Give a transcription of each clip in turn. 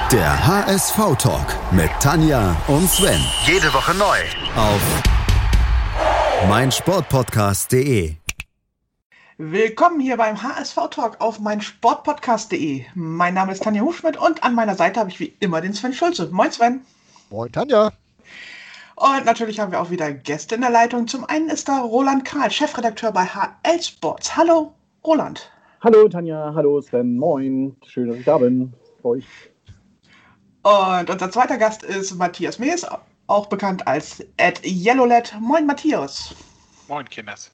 Der HSV-Talk mit Tanja und Sven. Jede Woche neu. Auf meinsportpodcast.de. Willkommen hier beim HSV-Talk auf meinsportpodcast.de. Mein Name ist Tanja Hufschmidt und an meiner Seite habe ich wie immer den Sven Schulze. Moin Sven. Moin Tanja. Und natürlich haben wir auch wieder Gäste in der Leitung. Zum einen ist da Roland Karl, Chefredakteur bei HL Sports. Hallo Roland. Hallo Tanja, hallo Sven, moin. Schön, dass ich da bin für euch. Und unser zweiter Gast ist Matthias Mees, auch bekannt als @yellowlad. Moin Matthias. Moin Kinders.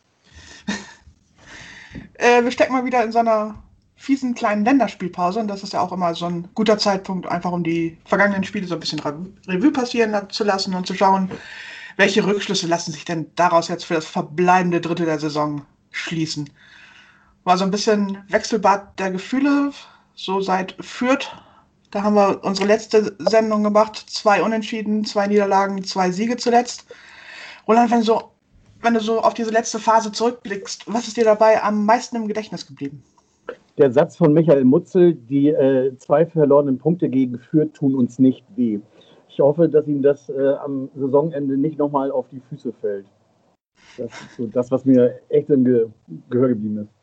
Wir stecken mal wieder in so einer fiesen kleinen Länderspielpause und das ist ja auch immer so ein guter Zeitpunkt, einfach um die vergangenen Spiele so ein bisschen Revue passieren zu lassen und zu schauen, welche Rückschlüsse lassen sich denn daraus jetzt für das verbleibende Drittel der Saison schließen. War so ein bisschen Wechselbad der Gefühle, so seit Fürth. Da haben wir unsere letzte Sendung gemacht, 2 Unentschieden, 2 Niederlagen, 2 Siege zuletzt. Roland, wenn du so auf diese letzte Phase zurückblickst, was ist dir dabei am meisten im Gedächtnis geblieben? Der Satz von Michael Mutzel, die 2 verlorenen Punkte gegen Fürth tun uns nicht weh. Ich hoffe, dass ihm das am Saisonende nicht nochmal auf die Füße fällt. Das ist so das, was mir echt im Gehör geblieben ist.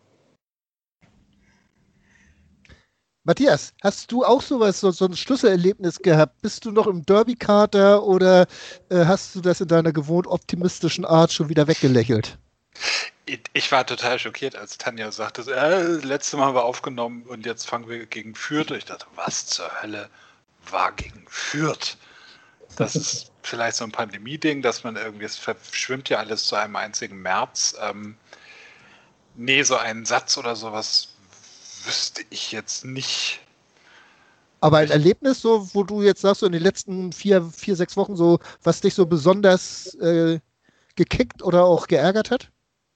Matthias, hast du auch so ein Schlüsselerlebnis gehabt? Bist du noch im Derby-Kater oder hast du das in deiner gewohnt optimistischen Art schon wieder weggelächelt? Ich war total schockiert, als Tanja sagte, letztes Mal haben wir aufgenommen und jetzt fangen wir gegen Fürth. Ich dachte, was zur Hölle war gegen Fürth? Das ist vielleicht so ein Pandemie-Ding, dass man irgendwie, es verschwimmt ja alles zu einem einzigen März. Nee, so einen Satz oder sowas wüsste ich jetzt nicht. Aber ein Erlebnis, so, wo du jetzt sagst, so in den letzten 6 Wochen, so, was dich so besonders gekickt oder auch geärgert hat?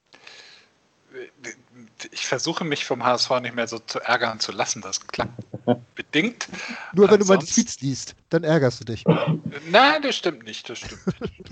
Ich versuche mich vom HSV nicht mehr so zu ärgern zu lassen. Das klappt bedingt. Nur wenn du mal die Tweets liest, dann ärgerst du dich. Nein, das stimmt nicht. Das ist,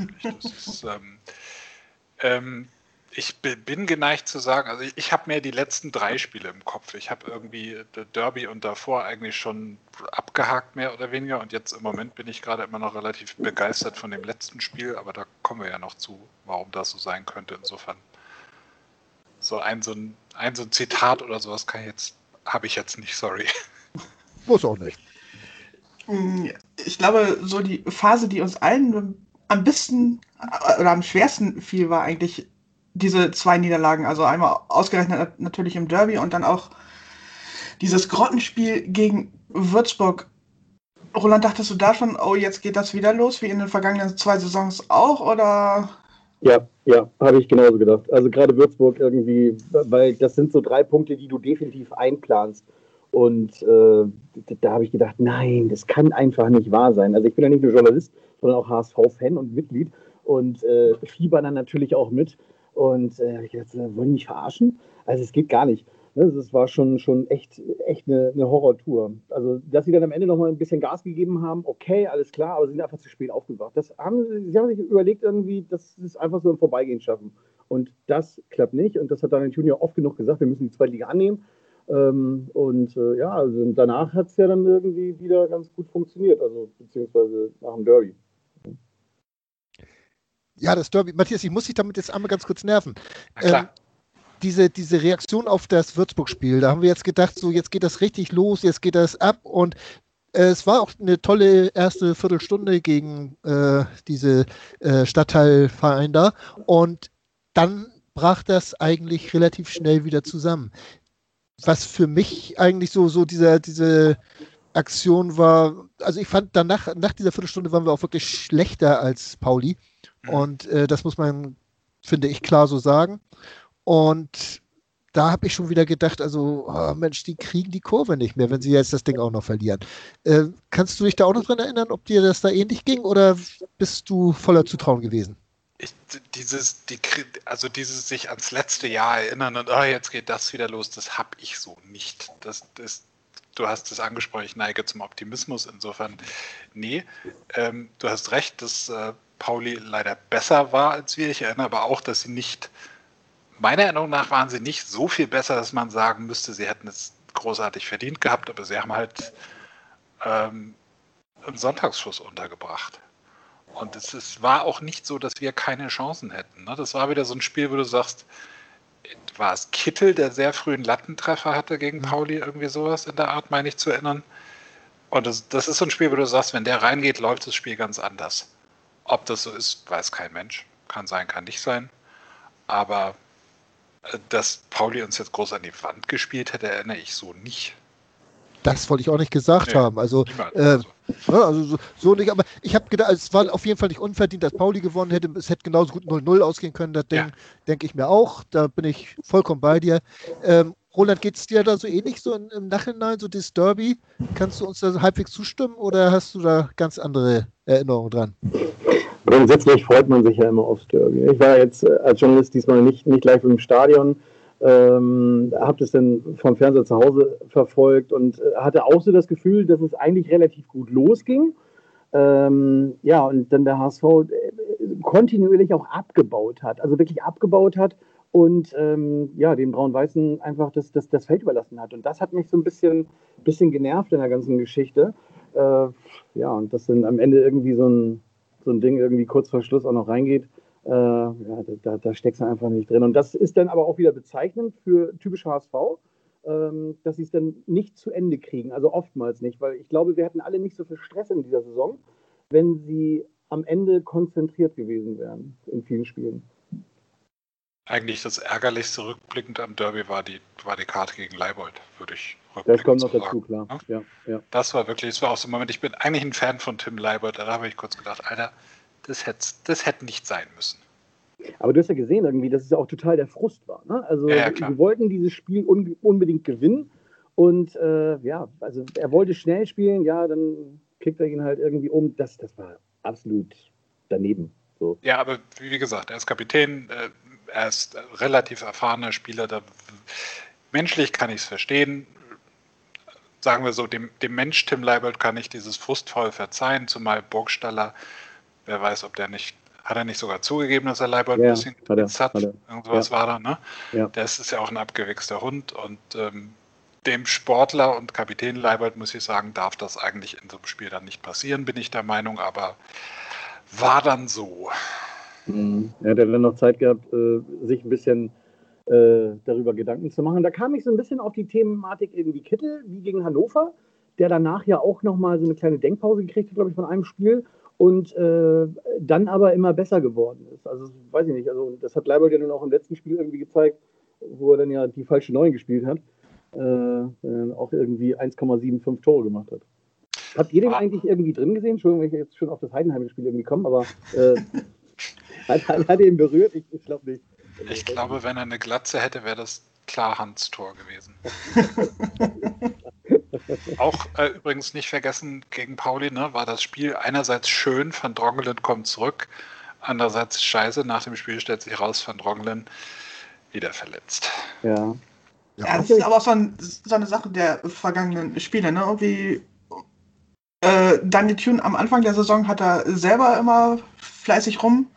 ich bin geneigt zu sagen, also ich habe mehr die letzten 3 Spiele im Kopf. Ich habe irgendwie Derby und davor eigentlich schon abgehakt, mehr oder weniger. Und jetzt im Moment bin ich gerade immer noch relativ begeistert von dem letzten Spiel. Aber da kommen wir ja noch zu, warum das so sein könnte. Insofern so ein Zitat oder sowas habe ich jetzt nicht, sorry. Muss auch nicht. Ich glaube, so die Phase, die uns allen am besten oder am schwersten fiel, war eigentlich diese 2 Niederlagen. Also einmal ausgerechnet natürlich im Derby und dann auch dieses Grottenspiel gegen Würzburg. Roland, dachtest du da schon, oh, jetzt geht das wieder los, wie in den vergangenen 2 Saisons auch, oder? Ja, habe ich genauso gedacht. Also gerade Würzburg irgendwie, weil das sind so 3 Punkte, die du definitiv einplanst. Und da habe ich gedacht, nein, das kann einfach nicht wahr sein. Also ich bin ja nicht nur Journalist, sondern auch HSV-Fan und Mitglied und fieber dann natürlich auch mit. Und ich dachte, wollen die mich verarschen? Also es geht gar nicht. Das war schon echt eine Horrortour. Also, dass sie dann am Ende nochmal ein bisschen Gas gegeben haben, okay, alles klar, aber sie sind einfach zu spät aufgewacht. Sie haben sich überlegt irgendwie, dass sie es einfach so im Vorbeigehen schaffen. Und das klappt nicht. Und das hat Daniel Junior oft genug gesagt, wir müssen die zweite Liga annehmen. Also danach hat es ja dann irgendwie wieder ganz gut funktioniert, also beziehungsweise nach dem Derby. Ja, das Derby. Matthias, ich muss dich damit jetzt einmal ganz kurz nerven. Klar. Diese Reaktion auf das Würzburg-Spiel, da haben wir jetzt gedacht, so jetzt geht das richtig los, jetzt geht das ab und es war auch eine tolle erste Viertelstunde gegen diese Stadtteilverein da und dann brach das eigentlich relativ schnell wieder zusammen. Was für mich eigentlich so diese Aktion war, also ich fand danach, nach dieser Viertelstunde waren wir auch wirklich schlechter als Pauli und das muss man, finde ich, klar so sagen. Und da habe ich schon wieder gedacht, also, oh Mensch, die kriegen die Kurve nicht mehr, wenn sie jetzt das Ding auch noch verlieren. Kannst du dich da auch noch dran erinnern, ob dir das da ähnlich ging oder bist du voller Zutrauen gewesen? Dieses sich ans letzte Jahr erinnern und jetzt geht das wieder los, das habe ich so nicht. Du hast es angesprochen, ich neige zum Optimismus, insofern, nee. Du hast recht, dass Pauli leider besser war als wir. Ich erinnere aber auch, dass sie nicht, meiner Erinnerung nach waren sie nicht so viel besser, dass man sagen müsste, sie hätten es großartig verdient gehabt, aber sie haben halt einen Sonntagsschuss untergebracht. Und war auch nicht so, dass wir keine Chancen hätten. Ne? Das war wieder so ein Spiel, wo du sagst, war es Kittel, der sehr früh einen Lattentreffer hatte gegen Pauli, irgendwie sowas in der Art, meine ich zu erinnern. Und das ist so ein Spiel, wo du sagst, wenn der reingeht, läuft das Spiel ganz anders. Ob das so ist, weiß kein Mensch. Kann sein, kann nicht sein. Aber dass Pauli uns jetzt groß an die Wand gespielt hätte, erinnere ich so nicht. Das wollte ich auch nicht gesagt haben. Also, so nicht. Aber ich habe gedacht, es war auf jeden Fall nicht unverdient, dass Pauli gewonnen hätte. Es hätte genauso gut 0-0 ausgehen können. Das denke ich mir auch. Da bin ich vollkommen bei dir. Roland, geht es dir da so ähnlich so im Nachhinein, so das Derby? Kannst du uns da halbwegs zustimmen oder hast du da ganz andere Erinnerungen dran? Grundsätzlich freut man sich ja immer aufs Derby. Ich war jetzt als Journalist diesmal nicht live im Stadion. Habe das dann vom Fernseher zu Hause verfolgt und hatte auch so das Gefühl, dass es eigentlich relativ gut losging. Und dann der HSV kontinuierlich auch abgebaut hat, also wirklich abgebaut hat und den Braun-Weißen einfach das Feld überlassen hat. Und das hat mich so ein bisschen genervt in der ganzen Geschichte. Und dass dann am Ende irgendwie so ein Ding irgendwie kurz vor Schluss auch noch reingeht. Da steckst du einfach nicht drin. Und das ist dann aber auch wieder bezeichnend für typisch HSV, dass sie es dann nicht zu Ende kriegen. Also oftmals nicht, weil ich glaube, wir hätten alle nicht so viel Stress in dieser Saison, wenn sie am Ende konzentriert gewesen wären in vielen Spielen. Eigentlich das Ärgerlichste rückblickend am Derby war die Karte gegen Leibold, würde ich das kommt noch dazu, klar. Ja? Ja. Das war auch so ein Moment, ich bin eigentlich ein Fan von Tim Leibold, da habe ich kurz gedacht, Alter, das hätte nicht sein müssen. Aber du hast ja gesehen irgendwie, dass es ja auch total der Frust war. Ne? Also wir wollten dieses Spiel unbedingt gewinnen und also er wollte schnell spielen, dann kickt er ihn halt irgendwie um. Das war absolut daneben. So. Ja, aber wie gesagt, er ist Kapitän, er ist relativ erfahrener Spieler. Menschlich kann ich es verstehen. Sagen wir so, dem Mensch Tim Leibold kann ich dieses Frustfaul verzeihen, zumal Burgstaller, wer weiß, hat er nicht sogar zugegeben, dass er Leibold ein bisschen hat. Irgendwas war da, ne? Ja. Das ist ja auch ein abgewichster Hund und dem Sportler und Kapitän Leibold, muss ich sagen, darf das eigentlich in so einem Spiel dann nicht passieren, bin ich der Meinung, aber war dann so. Er hat dann noch Zeit gehabt, sich ein bisschen darüber Gedanken zu machen. Da kam ich so ein bisschen auf die Thematik irgendwie Kittel, wie gegen Hannover, der danach ja auch nochmal so eine kleine Denkpause gekriegt hat, glaube ich, von einem Spiel und dann aber immer besser geworden ist. Also, weiß ich nicht, also das hat Leibold ja nun auch im letzten Spiel irgendwie gezeigt, wo er dann ja die falsche 9 gespielt hat, auch irgendwie 1,75 Tore gemacht hat. Habt ihr den eigentlich irgendwie drin gesehen? Entschuldigung, wenn ich jetzt schon auf das Heidenheim-Spiel irgendwie komme, aber hat er ihn berührt? Ich glaube nicht. Ich glaube, wenn er eine Glatze hätte, wäre das klar Hans Tor gewesen. Auch übrigens nicht vergessen, gegen Pauli war das Spiel einerseits schön, Van Drongelen kommt zurück, andererseits scheiße, nach dem Spiel stellt sich raus, Van Drongelen wieder verletzt. Ja, das ist aber auch so eine Sache der vergangenen Spiele, ne? Irgendwie Daniel Thune am Anfang der Saison hat er selber immer fleißig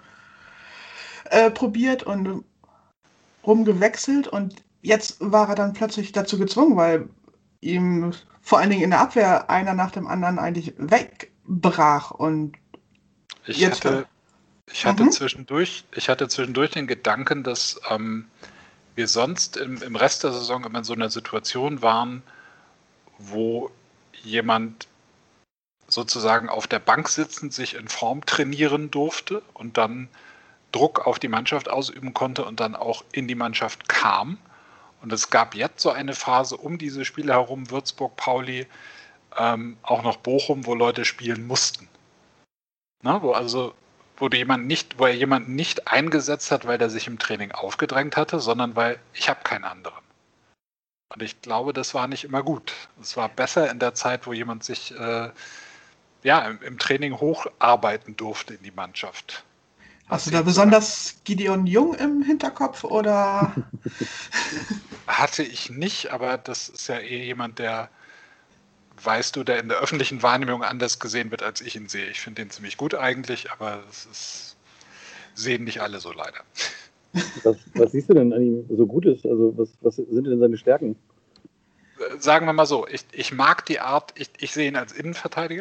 probiert und rumgewechselt und jetzt war er dann plötzlich dazu gezwungen, weil ihm vor allen Dingen in der Abwehr einer nach dem anderen eigentlich wegbrach und ich hatte zwischendurch den Gedanken, dass wir sonst im Rest der Saison immer in so einer Situation waren, wo jemand sozusagen auf der Bank sitzend sich in Form trainieren durfte und dann Druck auf die Mannschaft ausüben konnte und dann auch in die Mannschaft kam. Und es gab jetzt so eine Phase um diese Spiele herum, Würzburg, Pauli, auch noch Bochum, wo Leute spielen mussten. Na, wo er jemanden nicht eingesetzt hat, weil er sich im Training aufgedrängt hatte, sondern weil ich habe keinen anderen. Und ich glaube, das war nicht immer gut. Es war besser in der Zeit, wo jemand sich im Training hocharbeiten durfte in die Mannschaft. Hast du da besonders Gideon Jung im Hinterkopf oder? Hatte ich nicht, aber das ist ja jemand, der in der öffentlichen Wahrnehmung anders gesehen wird, als ich ihn sehe. Ich finde ihn ziemlich gut eigentlich, aber sehen nicht alle so leider. Was siehst du denn an ihm so Gutes? Also was sind denn seine Stärken? Sagen wir mal so, ich mag die Art, ich sehe ihn als Innenverteidiger.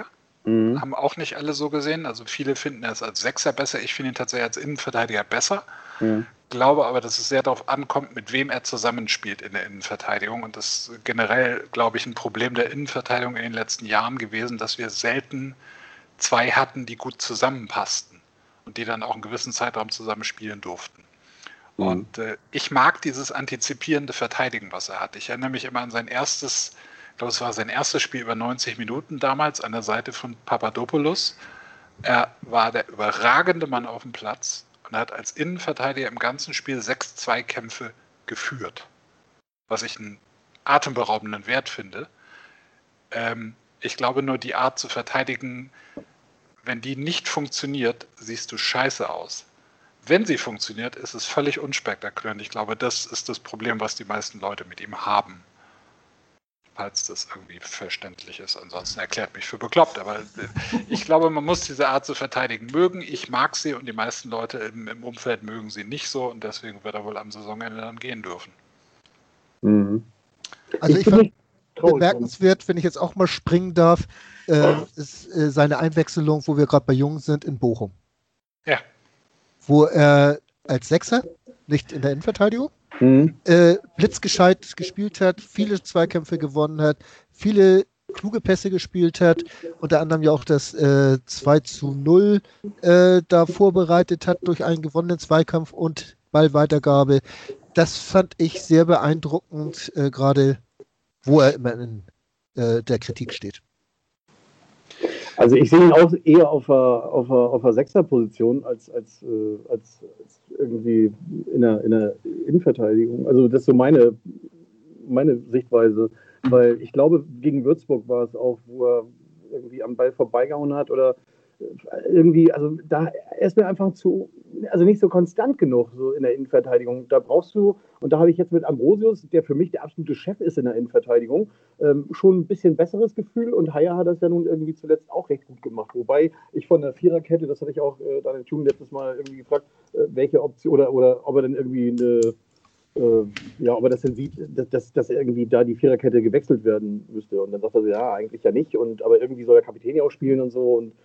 Haben auch nicht alle so gesehen. Also viele finden es als Sechser besser. Ich finde ihn tatsächlich als Innenverteidiger besser. Glaube aber, dass es sehr darauf ankommt, mit wem er zusammenspielt in der Innenverteidigung. Und das ist generell, glaube ich, ein Problem der Innenverteidigung in den letzten Jahren gewesen, dass wir selten zwei hatten, die gut zusammenpassten und die dann auch einen gewissen Zeitraum zusammen spielen durften. Und ich mag dieses antizipierende Verteidigen, was er hat. Ich erinnere mich immer an sein erstes, ich glaube, es war sein erstes Spiel über 90 Minuten damals an der Seite von Papadopoulos. Er war der überragende Mann auf dem Platz und hat als Innenverteidiger im ganzen Spiel 6 Zweikämpfe geführt, was ich einen atemberaubenden Wert finde. Ich glaube nur, die Art zu verteidigen, wenn die nicht funktioniert, siehst du scheiße aus. Wenn sie funktioniert, ist es völlig unspektakulär. Und ich glaube, das ist das Problem, was die meisten Leute mit ihm haben. Falls das irgendwie verständlich ist. Ansonsten erklärt mich für bekloppt. Aber ich glaube, man muss diese Art zu verteidigen mögen. Ich mag sie und die meisten Leute im Umfeld mögen sie nicht so. Und deswegen wird er wohl am Saisonende dann gehen dürfen. Also ich fand bemerkenswert, wenn ich jetzt auch mal springen darf, ist seine Einwechslung, wo wir gerade bei Jung sind, in Bochum. Ja. Wo er als Sechser, nicht in der Innenverteidigung, blitzgescheit gespielt hat, viele Zweikämpfe gewonnen hat, viele kluge Pässe gespielt hat, unter anderem ja auch das 2:0 da vorbereitet hat durch einen gewonnenen Zweikampf und Ballweitergabe. Das fand ich sehr beeindruckend, gerade wo er immer in der Kritik steht. Also ich sehe ihn auch eher auf der Sechserposition als irgendwie in der Innenverteidigung. Also das ist so meine Sichtweise, weil ich glaube, gegen Würzburg war es auch, wo er irgendwie am Ball vorbeigehauen hat oder irgendwie, also da er ist mir einfach nicht so konstant genug so in der Innenverteidigung. Da brauchst du, und da habe ich jetzt mit Ambrosius, der für mich der absolute Chef ist in der Innenverteidigung, schon ein bisschen besseres Gefühl, und Haier hat das ja nun irgendwie zuletzt auch recht gut gemacht. Wobei ich von der Viererkette, das hatte ich auch Daniel Thun letztes Mal irgendwie gefragt, welche Option oder ob er denn irgendwie ob er das denn sieht, dass irgendwie da die Viererkette gewechselt werden müsste. Und dann sagt er so, ja, eigentlich ja nicht, aber irgendwie soll der Kapitän ja auch spielen und so. Und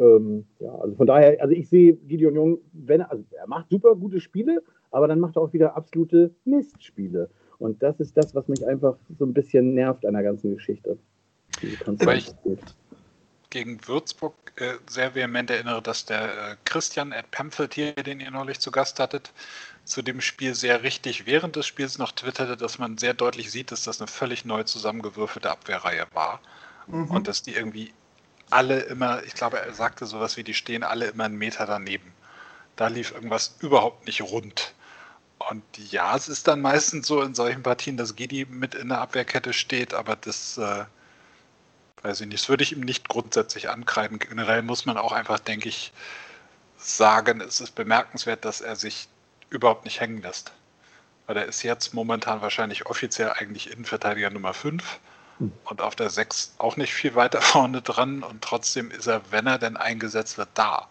also von daher, also ich sehe Gideon Jung, er macht super gute Spiele, aber dann macht er auch wieder absolute Mistspiele. Und das ist das, was mich einfach so ein bisschen nervt an der ganzen Geschichte. Weil ich gegen Würzburg sehr vehement erinnere, dass der Christian at Pamphlet hier, den ihr neulich zu Gast hattet, zu dem Spiel sehr richtig während des Spiels noch twitterte, dass man sehr deutlich sieht, dass das eine völlig neu zusammengewürfelte Abwehrreihe war. Und dass die irgendwie alle immer, ich glaube, er sagte sowas wie, die stehen alle immer einen Meter daneben. Da lief irgendwas überhaupt nicht rund. Und ja, es ist dann meistens so in solchen Partien, dass Gidi mit in der Abwehrkette steht, aber das, weiß ich nicht, das würde ich ihm nicht grundsätzlich ankreiden. Generell muss man auch einfach, denke ich, sagen, es ist bemerkenswert, dass er sich überhaupt nicht hängen lässt. Weil er ist jetzt momentan wahrscheinlich offiziell eigentlich Innenverteidiger Nummer 5. Und auf der 6 auch nicht viel weiter vorne dran, und trotzdem ist er, wenn er denn eingesetzt wird, da.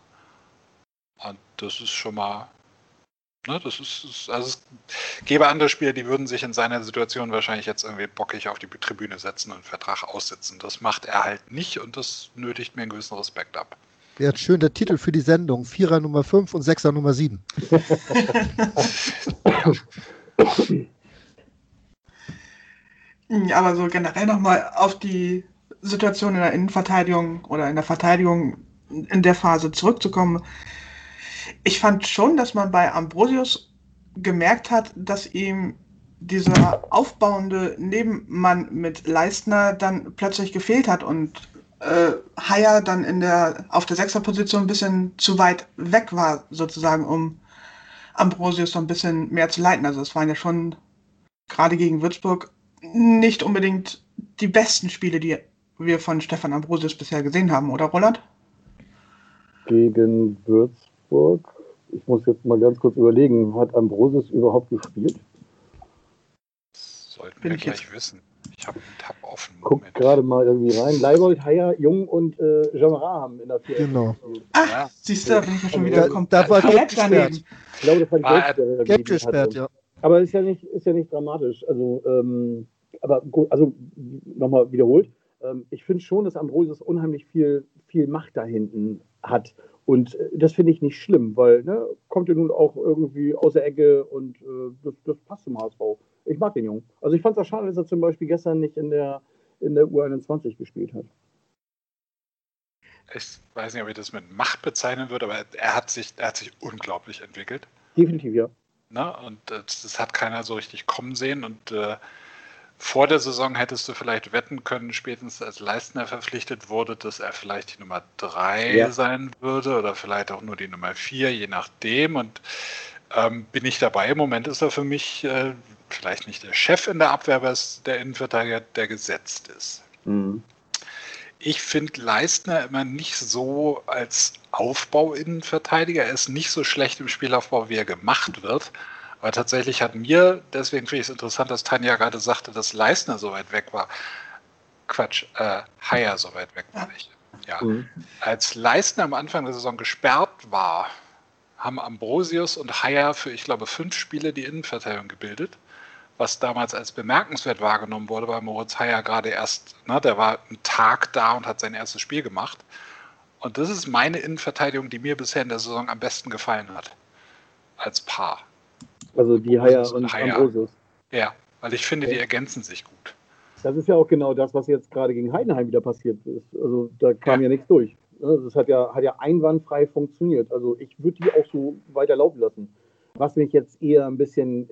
Und das ist schon mal, also es gäbe andere Spieler, die würden sich in seiner Situation wahrscheinlich jetzt irgendwie bockig auf die Tribüne setzen und einen Vertrag aussitzen. Das macht er halt nicht, und das nötigt mir einen gewissen Respekt ab. Wäre schön der Titel für die Sendung, 4er Nummer 5 und 6er Nummer 7. Aber so generell nochmal auf die Situation in der Innenverteidigung oder in der Verteidigung in der Phase zurückzukommen. Ich fand schon, dass man bei Ambrosius gemerkt hat, dass ihm dieser aufbauende Nebenmann mit Leistner dann plötzlich gefehlt hat und Haier dann auf der Sechserposition ein bisschen zu weit weg war, sozusagen, um Ambrosius so ein bisschen mehr zu leiten. Also es waren ja schon gerade gegen Würzburg nicht unbedingt die besten Spiele, die wir von Stefan Ambrosius bisher gesehen haben, oder Roland? Gegen Würzburg, ich muss jetzt mal ganz kurz überlegen, hat Ambrosius überhaupt gespielt? Das sollten wir gleich wissen. Ich habe einen Tab offen. Guck gerade mal irgendwie rein. Leibold, Haier, Jung und Jamara haben in der 4. Genau. Ach, siehst du, da bin ich ja schon wieder Da war komplett gelb Ich glaube, das war die gelb gesperrt, ja. Aber ist ja nicht dramatisch. Also, aber gut, also nochmal wiederholt. Ich finde schon, dass Ambrosius unheimlich viel Macht da hinten hat. Und das finde ich nicht schlimm, weil kommt ja nun auch irgendwie aus der Ecke und das passt zum HSV. Ich mag den Jungen. Also ich fand es auch schade, dass er zum Beispiel gestern nicht in der U21 gespielt hat. Ich weiß nicht, ob ich das mit Macht bezeichnen würde, aber er hat sich unglaublich entwickelt. Definitiv, ja. Ne? Und das hat keiner so richtig kommen sehen. Und vor der Saison hättest du vielleicht wetten können, spätestens als Leistner verpflichtet wurde, dass er vielleicht die Nummer 3 sein würde oder vielleicht auch nur die Nummer 4, je nachdem. Und bin ich dabei. Im Moment ist er für mich vielleicht nicht der Chef in der Abwehr, aber ist der Innenverteidiger, der gesetzt ist. Mhm. Ich finde Leistner immer nicht so als Aufbau-Innenverteidiger. Er ist nicht so schlecht im Spielaufbau, wie er gemacht wird. Aber tatsächlich hat mir, deswegen finde ich es interessant, dass Tanja gerade sagte, dass Leistner so weit weg war. Quatsch, Haier so weit weg war nicht. Ja. Mhm. Als Leistner am Anfang der Saison gesperrt war, haben Ambrosius und Haier für, ich glaube, 5 Spiele die Innenverteidigung gebildet. Was damals als bemerkenswert wahrgenommen wurde, weil Moritz Haier gerade erst, der war einen Tag da und hat sein erstes Spiel gemacht. Und das ist meine Innenverteidigung, die mir bisher in der Saison am besten gefallen hat. Als Paar. Also die Haier und Ambrosius. Ja, weil ich finde, die ergänzen sich gut. Das ist ja auch genau das, was jetzt gerade gegen Heidenheim wieder passiert ist. Also da kam ja nichts durch. Das hat ja einwandfrei funktioniert. Also ich würde die auch so weiterlaufen lassen. Was mich jetzt eher ein bisschen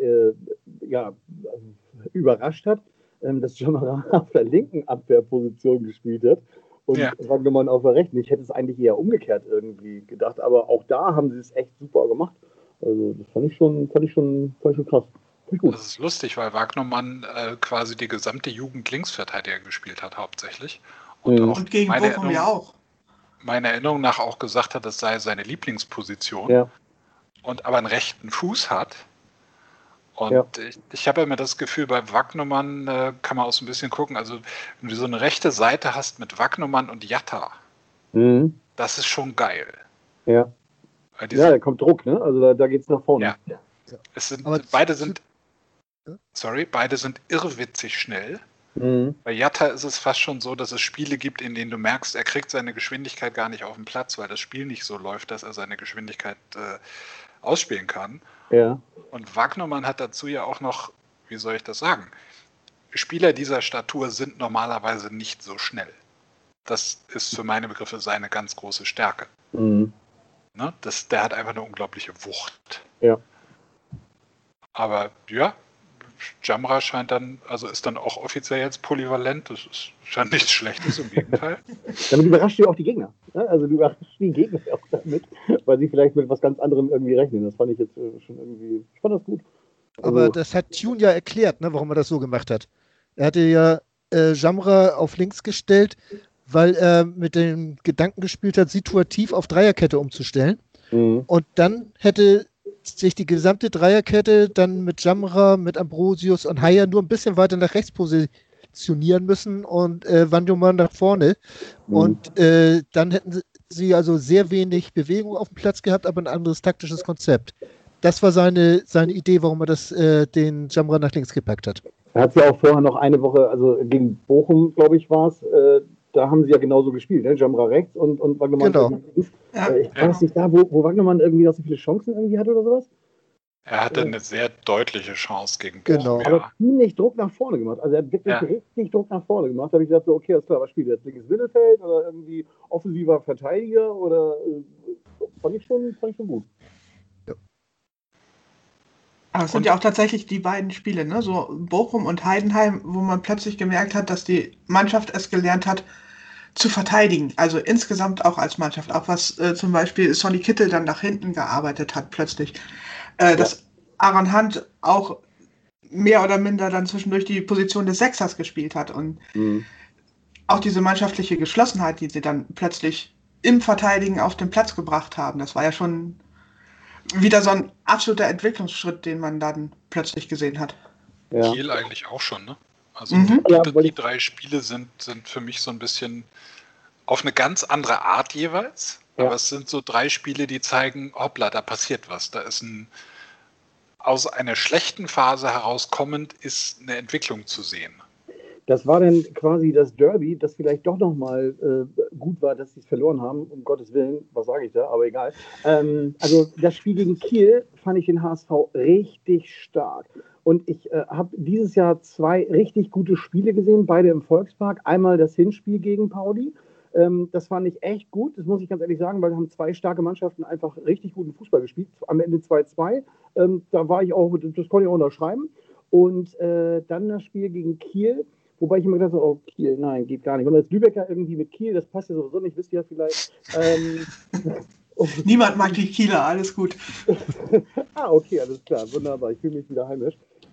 überrascht hat, dass Jamara auf der linken Abwehrposition gespielt hat und Wagnermann auf der rechten. Ich hätte es eigentlich eher umgekehrt irgendwie gedacht, aber auch da haben sie es echt super gemacht. Also das fand ich schon krass. Gut. Das ist lustig, weil Wagnermann quasi die gesamte Jugend Linksverteidiger gespielt hat hauptsächlich. Und gegen Bochum ja auch. Meiner Erinnerung nach auch gesagt hat, das sei seine Lieblingsposition. Ja. Und aber einen rechten Fuß hat. Und ich habe immer das Gefühl, bei Wagnermann kann man auch so ein bisschen gucken, also wenn du so eine rechte Seite hast mit Wagnermann und Jatta, das ist schon geil. Ja. Da kommt Druck, ne? Also da geht's nach vorne. Ja. Beide sind irrwitzig schnell. Bei Jatta ist es fast schon so, dass es Spiele gibt, in denen du merkst, er kriegt seine Geschwindigkeit gar nicht auf den Platz, weil das Spiel nicht so läuft, dass er seine Geschwindigkeit ausspielen kann. Ja. Und Wagnermann hat dazu ja auch noch, wie soll ich das sagen, Spieler dieser Statur sind normalerweise nicht so schnell. Das ist für meine Begriffe seine ganz große Stärke. Der hat einfach eine unglaubliche Wucht. Ja. Aber Jamra ist dann auch offiziell jetzt polyvalent. Das ist schon nichts Schlechtes, im Gegenteil. Damit überrascht du auch die Gegner. Also du überraschst die Gegner auch damit, weil sie vielleicht mit was ganz anderem irgendwie rechnen. Das fand ich jetzt schon irgendwie, ich fand das gut. Aber das hat Tune ja erklärt, warum er das so gemacht hat. Er hatte ja Jamra auf links gestellt, weil er mit dem Gedanken gespielt hat, situativ auf Dreierkette umzustellen. Und dann hätte sich die gesamte Dreierkette dann mit Jamra, mit Ambrosius und Haier nur ein bisschen weiter nach rechts positionieren müssen und Wagnermann nach vorne. Und dann hätten sie also sehr wenig Bewegung auf dem Platz gehabt, aber ein anderes taktisches Konzept. Das war seine Idee, warum er den Jamra nach links gepackt hat. Er hat ja auch vorher noch eine Woche, also gegen Bochum, glaube ich, war es, da haben sie ja genauso gespielt, ne? Jamra rechts und Wagnermann links. Ich weiß nicht, da, wo Wagnermann irgendwie noch so viele Chancen irgendwie hatte oder sowas? Er hatte eine sehr deutliche Chance gegen Bochum. Genau. Aber ziemlich Druck nach vorne gemacht. Also er hat wirklich richtig Druck nach vorne gemacht. Da habe ich gedacht, so, okay, alles klar, was spielt er jetzt? Linkes Mittelfeld oder irgendwie offensiver Verteidiger oder fand ich schon gut. Ja. Aber es sind ja auch tatsächlich die beiden Spiele, ne? So Bochum und Heidenheim, wo man plötzlich gemerkt hat, dass die Mannschaft es gelernt hat, zu verteidigen. Also insgesamt auch als Mannschaft. Auch was zum Beispiel Sonny Kittel dann nach hinten gearbeitet hat plötzlich. Dass Aaron Hunt auch mehr oder minder dann zwischendurch die Position des Sechsers gespielt hat. Und auch diese mannschaftliche Geschlossenheit, die sie dann plötzlich im Verteidigen auf den Platz gebracht haben, das war ja schon wieder so ein absoluter Entwicklungsschritt, den man dann plötzlich gesehen hat. Ja. Kiel eigentlich auch schon, ne? Also die 3 Spiele sind für mich so ein bisschen auf eine ganz andere Art jeweils. Ja. Aber es sind so 3 Spiele, die zeigen, hoppla, da passiert was. Da ist aus einer schlechten Phase herauskommend ist eine Entwicklung zu sehen. Das war dann quasi das Derby, das vielleicht doch nochmal gut war, dass sie es verloren haben. Um Gottes Willen, was sage ich da, aber egal. Also das Spiel gegen Kiel fand ich den HSV richtig stark. Und ich habe dieses Jahr 2 richtig gute Spiele gesehen, beide im Volkspark. Einmal das Hinspiel gegen Pauli. Das fand ich echt gut, das muss ich ganz ehrlich sagen, weil haben 2 starke Mannschaften einfach richtig guten Fußball gespielt. Am Ende 2-2. Da war ich auch, das konnte ich auch unterschreiben. Und dann das Spiel gegen Kiel. Wobei ich immer gedacht habe, oh, Kiel, nein, geht gar nicht. Und als Lübecker irgendwie mit Kiel, das passt ja sowieso nicht, wisst ihr ja vielleicht. Niemand mag die Kieler, alles gut. Okay, alles klar, wunderbar. Ich fühle mich wieder heimisch.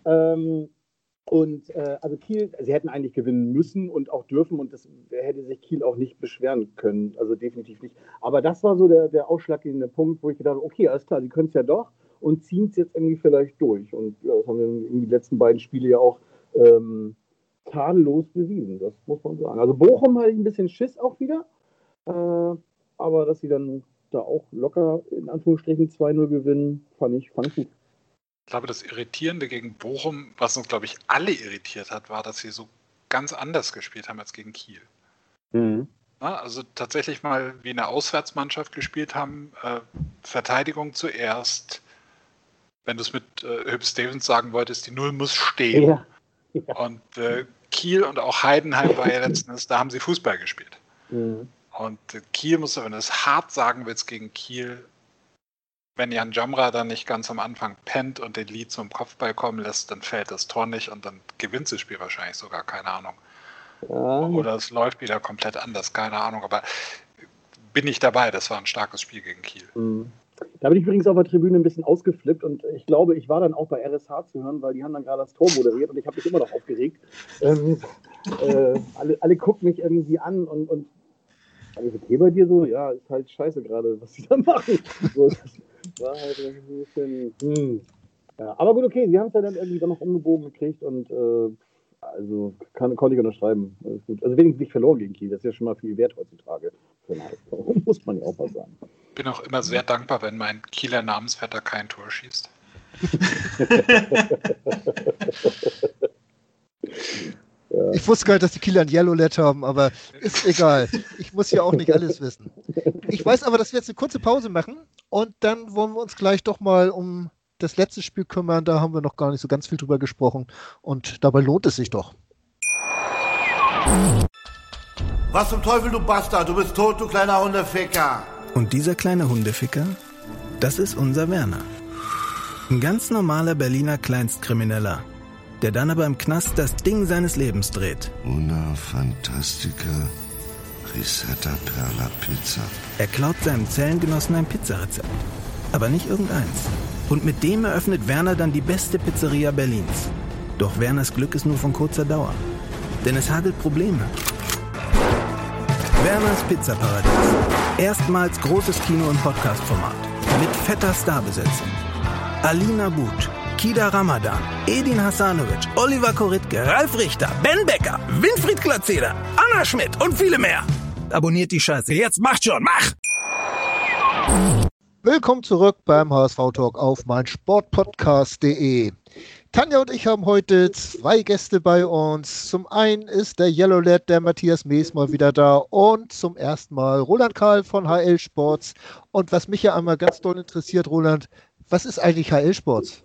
Also Kiel, sie hätten eigentlich gewinnen müssen und auch dürfen und das hätte sich Kiel auch nicht beschweren können, also definitiv nicht. Aber das war so der ausschlaggebende Punkt, wo ich gedacht habe, okay, alles klar, sie können es ja doch und ziehen es jetzt irgendwie vielleicht durch. Und ja, das haben wir in die letzten beiden Spiele ja auch tadellos bewiesen, das muss man sagen. Also Bochum hatte ich ein bisschen Schiss auch wieder, aber dass sie dann da auch locker in Anführungsstrichen 2-0 gewinnen, fand ich gut. Ich glaube, das Irritierende gegen Bochum, was uns, glaube ich, alle irritiert hat, war, dass sie so ganz anders gespielt haben als gegen Kiel. Mhm. Na, also tatsächlich mal wie eine Auswärtsmannschaft gespielt haben, Verteidigung zuerst. Wenn du es mit Hüb Stevens sagen wolltest, die Null muss stehen. Ja. Und Kiel und auch Heidenheim war ja letzten Endes, da haben sie Fußball gespielt. Mhm. Und Kiel musst du, wenn du es hart sagen willst gegen Kiel, wenn Jan Jamra dann nicht ganz am Anfang pennt und den Lee zum Kopfball kommen lässt, dann fällt das Tor nicht und dann gewinnt das Spiel wahrscheinlich sogar, keine Ahnung. Ja. Oder es läuft wieder komplett anders, keine Ahnung, aber bin ich dabei, das war ein starkes Spiel gegen Kiel. Mhm. Da bin ich übrigens auf der Tribüne ein bisschen ausgeflippt und ich glaube, ich war dann auch bei RSH zu hören, weil die haben dann gerade das Tor moderiert und ich habe mich immer noch aufgeregt. Alle gucken mich irgendwie an und alles okay bei dir so? Ja, ist halt scheiße gerade, was sie da machen. So, das war halt ein bisschen, Ja, aber gut, okay, sie haben es ja dann irgendwie dann noch umgebogen gekriegt und also konnte ich unterschreiben. Alles gut. Also wenigstens nicht verloren gegen Kiel, das ist ja schon mal viel wert heutzutage. Muss man ja auch mal sagen. Bin auch immer sehr dankbar, wenn mein Kieler Namensvetter kein Tor schießt. Ja. Ich wusste gar nicht, dass die Kieler ein Yellow LED haben, aber ist egal. Ich muss ja auch nicht alles wissen. Ich weiß aber, dass wir jetzt eine kurze Pause machen und dann wollen wir uns gleich doch mal um das letzte Spiel kümmern. Da haben wir noch gar nicht so ganz viel drüber gesprochen und dabei lohnt es sich doch. Was zum Teufel, du Bastard? Du bist tot, du kleiner Hundeficker. Und dieser kleine Hundeficker, das ist unser Werner. Ein ganz normaler Berliner Kleinstkrimineller, der dann aber im Knast das Ding seines Lebens dreht. Una Fantastica Risetta Perla Pizza. Er klaut seinem Zellengenossen ein Pizzarezept, aber nicht irgendeins. Und mit dem eröffnet Werner dann die beste Pizzeria Berlins. Doch Werners Glück ist nur von kurzer Dauer, denn es hagelt Probleme. Werners Pizzaparadies. Erstmals großes Kino- und Podcast-Format. Mit fetter Starbesetzung. Alina But, Kida Ramadan, Edin Hasanovic, Oliver Koritke, Ralf Richter, Ben Becker, Winfried Glatzeder, Anna Schmidt und viele mehr. Abonniert die Scheiße. Jetzt macht schon, mach! Willkommen zurück beim HSV-Talk auf meinsportpodcast.de. Tanja und ich haben heute 2 Gäste bei uns. Zum einen ist der Yellow LED, der Matthias Mees, mal wieder da und zum ersten Mal Roland Kahl von HL Sports. Und was mich ja einmal ganz doll interessiert, Roland, was ist eigentlich HL Sports?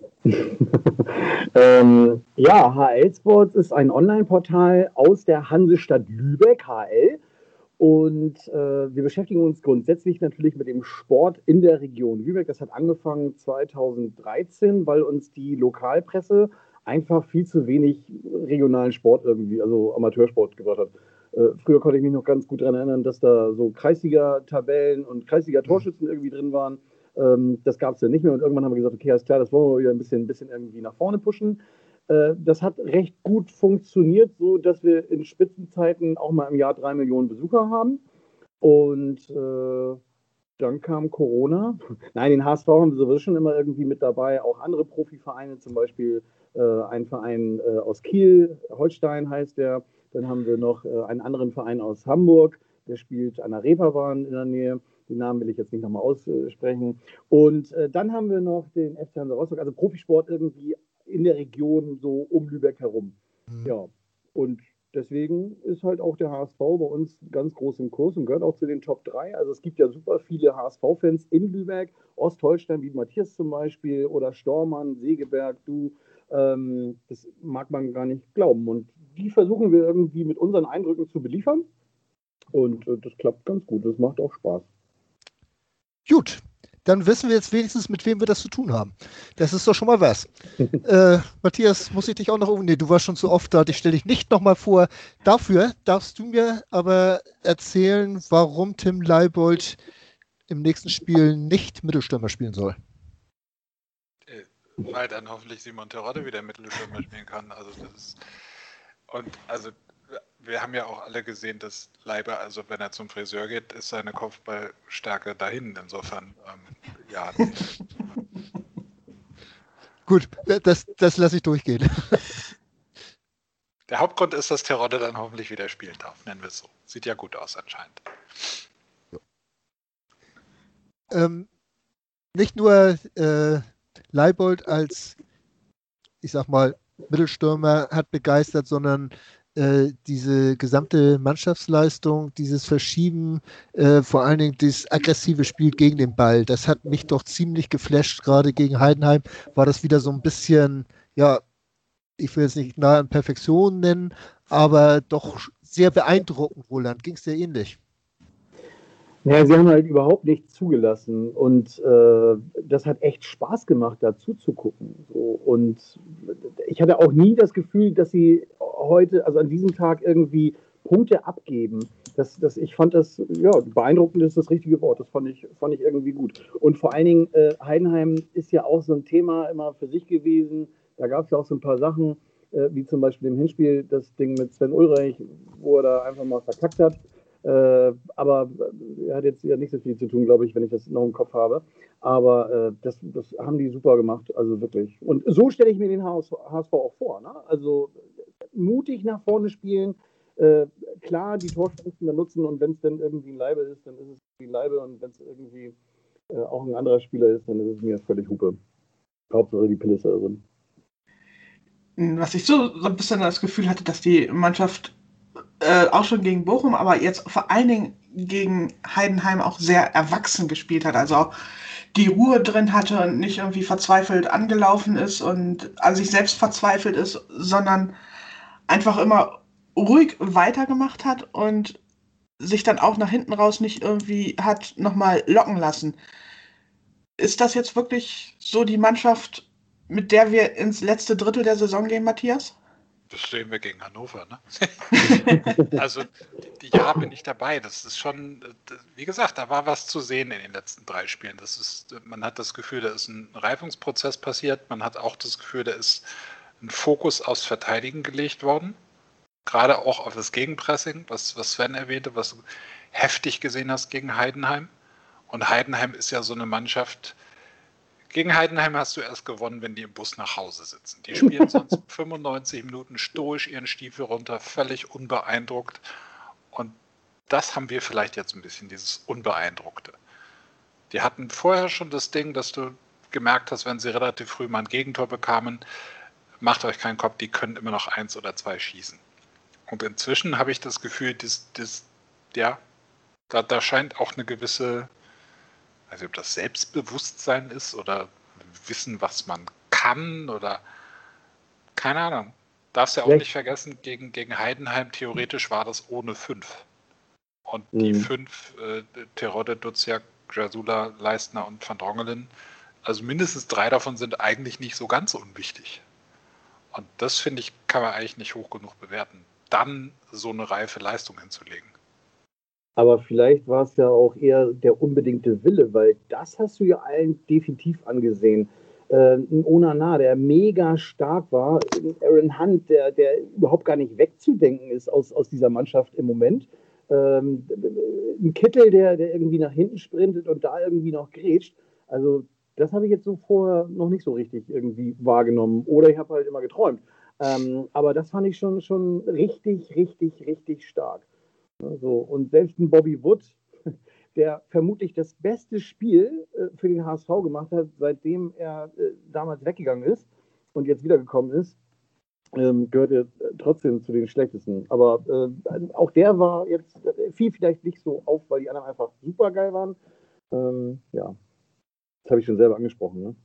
Ja, HL Sports ist ein Online-Portal aus der Hansestadt Lübeck, HL. Und wir beschäftigen uns grundsätzlich natürlich mit dem Sport in der Region Lübeck. Das hat angefangen 2013, weil uns die Lokalpresse einfach viel zu wenig regionalen Sport irgendwie, also Amateursport gebracht hat. Früher konnte ich mich noch ganz gut daran erinnern, dass da so Kreisliga-Tabellen und Kreisliga-Torschützen irgendwie drin waren. Das gab es ja nicht mehr und irgendwann haben wir gesagt, okay, alles klar, das wollen wir wieder ein bisschen irgendwie nach vorne pushen. Das hat recht gut funktioniert, so dass wir in Spitzenzeiten auch mal im Jahr 3 Millionen Besucher haben. Und dann kam Corona. Nein, den HSV haben wir sowieso schon immer irgendwie mit dabei, auch andere Profivereine, zum Beispiel ein Verein aus Kiel, Holstein heißt der. Dann haben wir noch einen anderen Verein aus Hamburg, der spielt an der Reeperbahn in der Nähe. Den Namen will ich jetzt nicht nochmal aussprechen. Und dann haben wir noch den FC Hansa Rostock, also Profisport irgendwie in der Region so um Lübeck herum. Ja, und deswegen ist halt auch der HSV bei uns ganz groß im Kurs und gehört auch zu den Top 3. Also es gibt ja super viele HSV-Fans in Lübeck, Ostholstein, wie Matthias zum Beispiel, oder Stormann, Segeberg, du. Das mag man gar nicht glauben. Und die versuchen wir irgendwie mit unseren Eindrücken zu beliefern. Und das klappt ganz gut. Das macht auch Spaß. Gut, dann wissen wir jetzt wenigstens, mit wem wir das zu tun haben. Das ist doch schon mal was. Matthias, muss ich dich auch noch nee, du warst schon zu oft da, ich stelle dich nicht nochmal vor. Dafür darfst du mir aber erzählen, warum Tim Leibold im nächsten Spiel nicht Mittelstürmer spielen soll. Weil dann hoffentlich Simon Terodde wieder Mittelstürmer spielen kann. Also wir haben ja auch alle gesehen, dass Leiber, also wenn er zum Friseur geht, ist seine Kopfballstärke dahin. Insofern, ja. Gut, das lasse ich durchgehen. Der Hauptgrund ist, dass Terodde dann hoffentlich wieder spielen darf, nennen wir es so. Sieht ja gut aus anscheinend. Nicht nur Leibold als, ich sag mal, Mittelstürmer hat begeistert, sondern diese gesamte Mannschaftsleistung, dieses Verschieben, vor allen Dingen das aggressive Spiel gegen den Ball, das hat mich doch ziemlich geflasht. Gerade gegen Heidenheim war das wieder so ein bisschen, ja, ich will es nicht nahe an Perfektion nennen, aber doch sehr beeindruckend, Roland. Ging es dir ähnlich? Ja, sie haben halt überhaupt nichts zugelassen und das hat echt Spaß gemacht, da zuzugucken. So. Und ich hatte auch nie das Gefühl, dass sie heute, also an diesem Tag irgendwie Punkte abgeben. Ich fand das, ja, beeindruckend ist das richtige Wort, das fand ich irgendwie gut. Und vor allen Dingen, Heidenheim ist ja auch so ein Thema immer für sich gewesen. Da gab es ja auch so ein paar Sachen, wie zum Beispiel im Hinspiel das Ding mit Sven Ulreich, wo er da einfach mal verkackt hat. Aber er hat jetzt ja nicht so viel zu tun, glaube ich, wenn ich das noch im Kopf habe. Aber das haben die super gemacht, also wirklich. Und so stelle ich mir den HSV auch vor. Ne? Also mutig nach vorne spielen, klar die Torchancen dann nutzen und wenn es dann irgendwie ein Leibe ist, dann ist es wie ein Leibe und wenn es irgendwie auch ein anderer Spieler ist, dann ist es mir völlig Hupe. Hauptsache die Pille ist da drin. Was ich so ein bisschen das Gefühl hatte, dass die Mannschaft auch schon gegen Bochum, aber jetzt vor allen Dingen gegen Heidenheim auch sehr erwachsen gespielt hat. Also auch die Ruhe drin hatte und nicht irgendwie verzweifelt angelaufen ist und an sich selbst verzweifelt ist, sondern einfach immer ruhig weitergemacht hat und sich dann auch nach hinten raus nicht irgendwie hat nochmal locken lassen. Ist das jetzt wirklich so die Mannschaft, mit der wir ins letzte Drittel der Saison gehen, Matthias? Das sehen wir gegen Hannover, ne? Also, ja, bin ich dabei. Das ist schon, wie gesagt, da war was zu sehen in den letzten 3 Spielen. Man hat das Gefühl, da ist ein Reifungsprozess passiert. Man hat auch das Gefühl, da ist ein Fokus aufs Verteidigen gelegt worden. Gerade auch auf das Gegenpressing, was Sven erwähnte, was du heftig gesehen hast gegen Heidenheim. Und Heidenheim ist ja so eine Mannschaft. Gegen Heidenheim hast du erst gewonnen, wenn die im Bus nach Hause sitzen. Die spielen sonst 95 Minuten stoisch ihren Stiefel runter, völlig unbeeindruckt. Und das haben wir vielleicht jetzt ein bisschen, dieses Unbeeindruckte. Die hatten vorher schon das Ding, dass du gemerkt hast, wenn sie relativ früh mal ein Gegentor bekamen, macht euch keinen Kopf, die können immer noch 1 oder 2 schießen. Und inzwischen habe ich das Gefühl, da scheint auch eine gewisse, also ob das Selbstbewusstsein ist oder wissen, was man kann oder keine Ahnung. Darfst ja auch nicht vergessen, gegen Heidenheim theoretisch war das ohne 5. Und die 5, Terodde, Duziak, Jasula, Leistner und Van Drongelen, also mindestens 3 davon sind eigentlich nicht so ganz unwichtig. Und das, finde ich, kann man eigentlich nicht hoch genug bewerten, dann so eine reife Leistung hinzulegen. Aber vielleicht war es ja auch eher der unbedingte Wille, weil das hast du ja allen definitiv angesehen. Ein Onana, der mega stark war, Aaron Hunt, der überhaupt gar nicht wegzudenken ist aus dieser Mannschaft im Moment. Ein Kittel, der irgendwie nach hinten sprintet und da irgendwie noch grätscht. Also das habe ich jetzt so vorher noch nicht so richtig irgendwie wahrgenommen. Oder ich habe halt immer geträumt. Aber das fand ich schon richtig, richtig, richtig stark. So, und selbst ein Bobby Wood, der vermutlich das beste Spiel für den HSV gemacht hat, seitdem er damals weggegangen ist und jetzt wiedergekommen ist, gehört er trotzdem zu den schlechtesten. Aber auch der war jetzt, fiel vielleicht nicht so auf, weil die anderen einfach super geil waren. Ja, das habe ich schon selber angesprochen. Ne?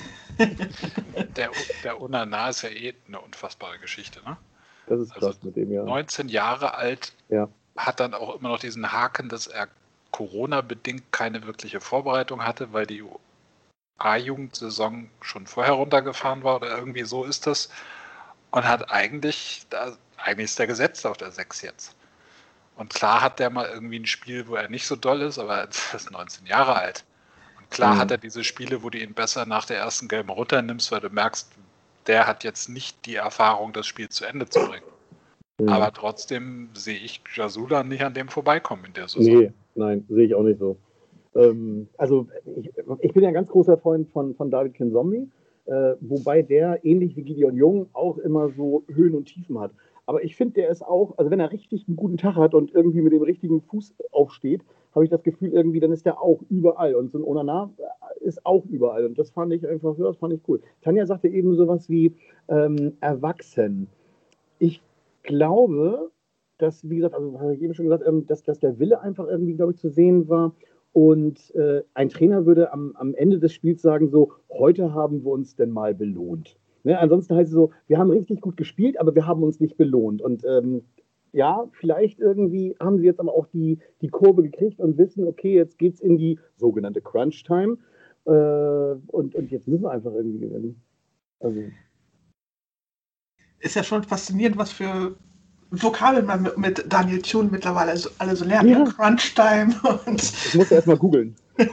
Der Onana ist ja eine unfassbare Geschichte, ne? Das ist krass mit dem, ja. 19 Jahre alt, ja. Hat dann auch immer noch diesen Haken, dass er Corona-bedingt keine wirkliche Vorbereitung hatte, weil die A-Jugendsaison schon vorher runtergefahren war oder irgendwie so ist das. Und hat eigentlich ist der gesetzt auf der 6 jetzt. Und klar hat der mal irgendwie ein Spiel, wo er nicht so doll ist, aber er ist 19 Jahre alt. Und klar hat er diese Spiele, wo du ihn besser nach der ersten gelben runternimmst, weil du merkst, der hat jetzt nicht die Erfahrung, das Spiel zu Ende zu bringen. Aber trotzdem sehe ich Jasula nicht an dem vorbeikommen in der Saison. Nee, nein, sehe ich auch nicht so. Also ich bin ja ein ganz großer Freund von David Kinzombie, wobei der, ähnlich wie Gideon Jung, auch immer so Höhen und Tiefen hat. Aber ich finde, der ist auch, also wenn er richtig einen guten Tag hat und irgendwie mit dem richtigen Fuß aufsteht, habe ich das Gefühl, irgendwie, dann ist der auch überall. Und so ein Onana ist auch überall. Und das fand ich einfach, das fand ich cool. Tanja sagte eben sowas wie erwachsen. Ich glaube, dass, wie gesagt, also habe ich eben schon gesagt, dass der Wille einfach irgendwie, glaube ich, zu sehen war. Und ein Trainer würde am Ende des Spiels sagen, so, heute haben wir uns denn mal belohnt. Ne? Ansonsten heißt es so, wir haben richtig gut gespielt, aber wir haben uns nicht belohnt. Und ja, vielleicht irgendwie haben sie jetzt aber auch die Kurve gekriegt und wissen, okay, jetzt geht es in die sogenannte Crunch-Time. Und jetzt müssen wir einfach irgendwie gewinnen. Also. Ist ja schon faszinierend, was für Vokabeln man mit Daniel Thune mittlerweile alle so lernt. Ja. Crunch-Time und... Ich musste erst mal googeln.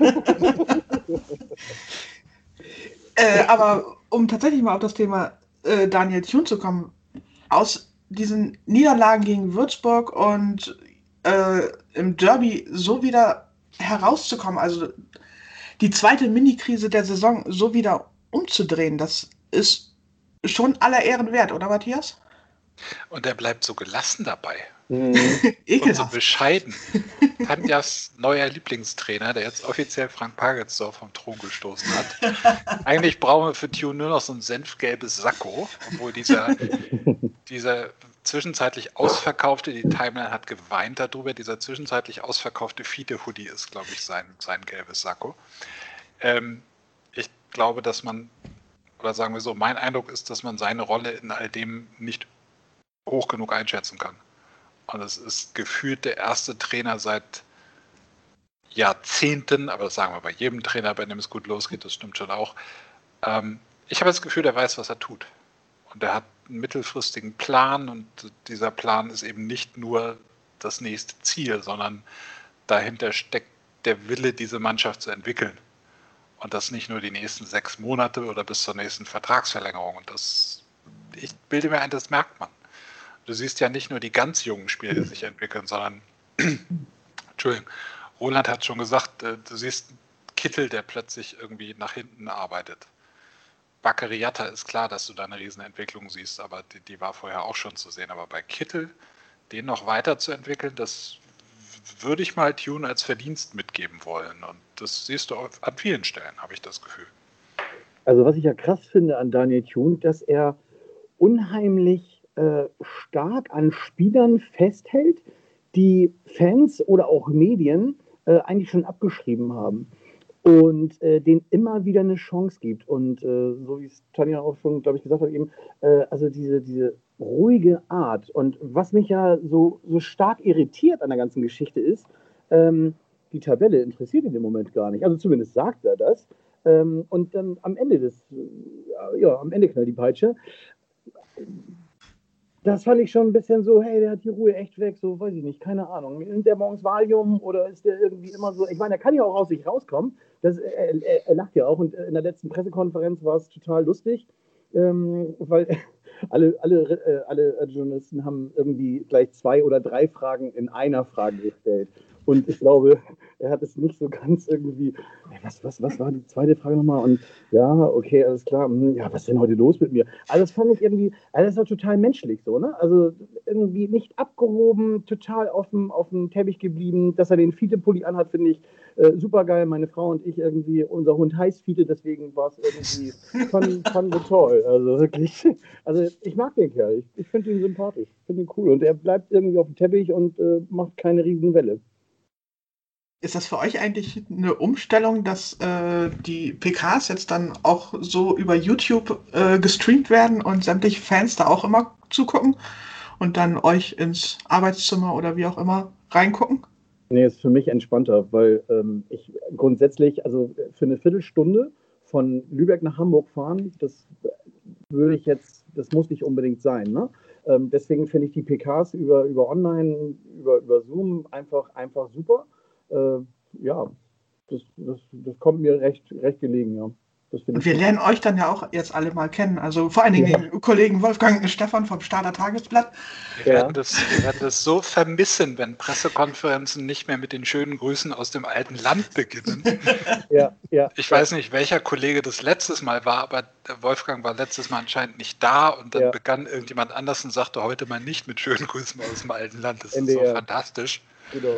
Aber um tatsächlich mal auf das Thema Daniel Thune zu kommen, aus diesen Niederlagen gegen Würzburg und im Derby so wieder herauszukommen, also die zweite Mini-Krise der Saison so wieder umzudrehen, das ist schon aller Ehren wert, oder Matthias? Und er bleibt so gelassen dabei. Ekelhaft. Und so bescheiden. Tanjas neuer Lieblingstrainer, der jetzt offiziell Frank Pagelsdorf vom Thron gestoßen hat. Eigentlich brauchen wir für Thune nur noch so ein senfgelbes Sakko, obwohl dieser zwischenzeitlich ausverkaufte, die Timeline hat geweint darüber, dieser zwischenzeitlich ausverkaufte Fiete-Hoodie ist, glaube ich, sein gelbes Sakko. Ich glaube, dass man, oder sagen wir so, mein Eindruck ist, dass man seine Rolle in all dem nicht hoch genug einschätzen kann. Und es ist gefühlt der erste Trainer seit Jahrzehnten, aber das sagen wir bei jedem Trainer, bei dem es gut losgeht, das stimmt schon auch. Ich habe das Gefühl, der weiß, was er tut. Und er hat einen mittelfristigen Plan und dieser Plan ist eben nicht nur das nächste Ziel, sondern dahinter steckt der Wille, diese Mannschaft zu entwickeln. Und das nicht nur die nächsten 6 Monate oder bis zur nächsten Vertragsverlängerung. Und ich bilde mir ein, das merkt man. Du siehst ja nicht nur die ganz jungen Spieler, die sich entwickeln, sondern, Entschuldigung, Roland hat schon gesagt, du siehst Kittel, der plötzlich irgendwie nach hinten arbeitet. Bakary-Jatta ist klar, dass du da eine Riesenentwicklung siehst, aber die war vorher auch schon zu sehen. Aber bei Kittel, den noch weiterzuentwickeln, das würde ich mal Thune als Verdienst mitgeben wollen. Und das siehst du an vielen Stellen, habe ich das Gefühl. Also was ich ja krass finde an Daniel Thune, dass er unheimlich stark an Spielern festhält, die Fans oder auch Medien eigentlich schon abgeschrieben haben und denen immer wieder eine Chance gibt. Und so wie es Tanja auch schon, glaube ich, gesagt hat, eben, also diese ruhige Art. Und was mich ja so stark irritiert an der ganzen Geschichte ist, die Tabelle interessiert ihn im Moment gar nicht. Also zumindest sagt er das. Und dann am Ende am Ende knallt die Peitsche. Das fand ich schon ein bisschen so, hey, der hat die Ruhe echt weg, so, weiß ich nicht, keine Ahnung. Nimmt der morgens Valium oder ist der irgendwie immer so, ich meine, er kann ja auch aus sich rauskommen, er lacht ja auch und in der letzten Pressekonferenz war es total lustig, weil alle Journalisten haben irgendwie gleich 2 oder 3 Fragen in einer Frage gestellt. Und ich glaube, er hat es nicht so ganz irgendwie. Was war die zweite Frage nochmal? Und ja, okay, alles klar. Ja, was ist denn heute los mit mir? Also das fand ich irgendwie, also das war total menschlich so, ne? Also irgendwie nicht abgehoben, total auf dem Teppich geblieben. Dass er den Fiete-Pulli anhat, finde ich super geil. Meine Frau und ich irgendwie, unser Hund heißt Fiete, deswegen war es irgendwie, fand wir toll. Also wirklich, also ich mag den Kerl. Ich finde ihn sympathisch, finde ihn cool. Und er bleibt irgendwie auf dem Teppich und macht keine Riesenwelle. Ist das für euch eigentlich eine Umstellung, dass die PKs jetzt dann auch so über YouTube gestreamt werden und sämtliche Fans da auch immer zugucken und dann euch ins Arbeitszimmer oder wie auch immer reingucken? Nee, ist für mich entspannter, weil ich grundsätzlich, also für eine Viertelstunde von Lübeck nach Hamburg fahren, das muss nicht unbedingt sein, ne? Deswegen finde ich die PKs über Online, über Zoom einfach super. Ja, das kommt mir recht gelegen, ja. Und wir lernen euch dann ja auch jetzt alle mal kennen. Also vor allen Dingen den Kollegen Wolfgang und Stefan vom Starter Tagesblatt. Wir werden das so vermissen, wenn Pressekonferenzen nicht mehr mit den schönen Grüßen aus dem alten Land beginnen. Ja. Ich weiß nicht, welcher Kollege das letztes Mal war, aber der Wolfgang war letztes Mal anscheinend nicht da und dann begann irgendjemand anders und sagte heute mal nicht mit schönen Grüßen aus dem alten Land. Das ist so fantastisch. Genau.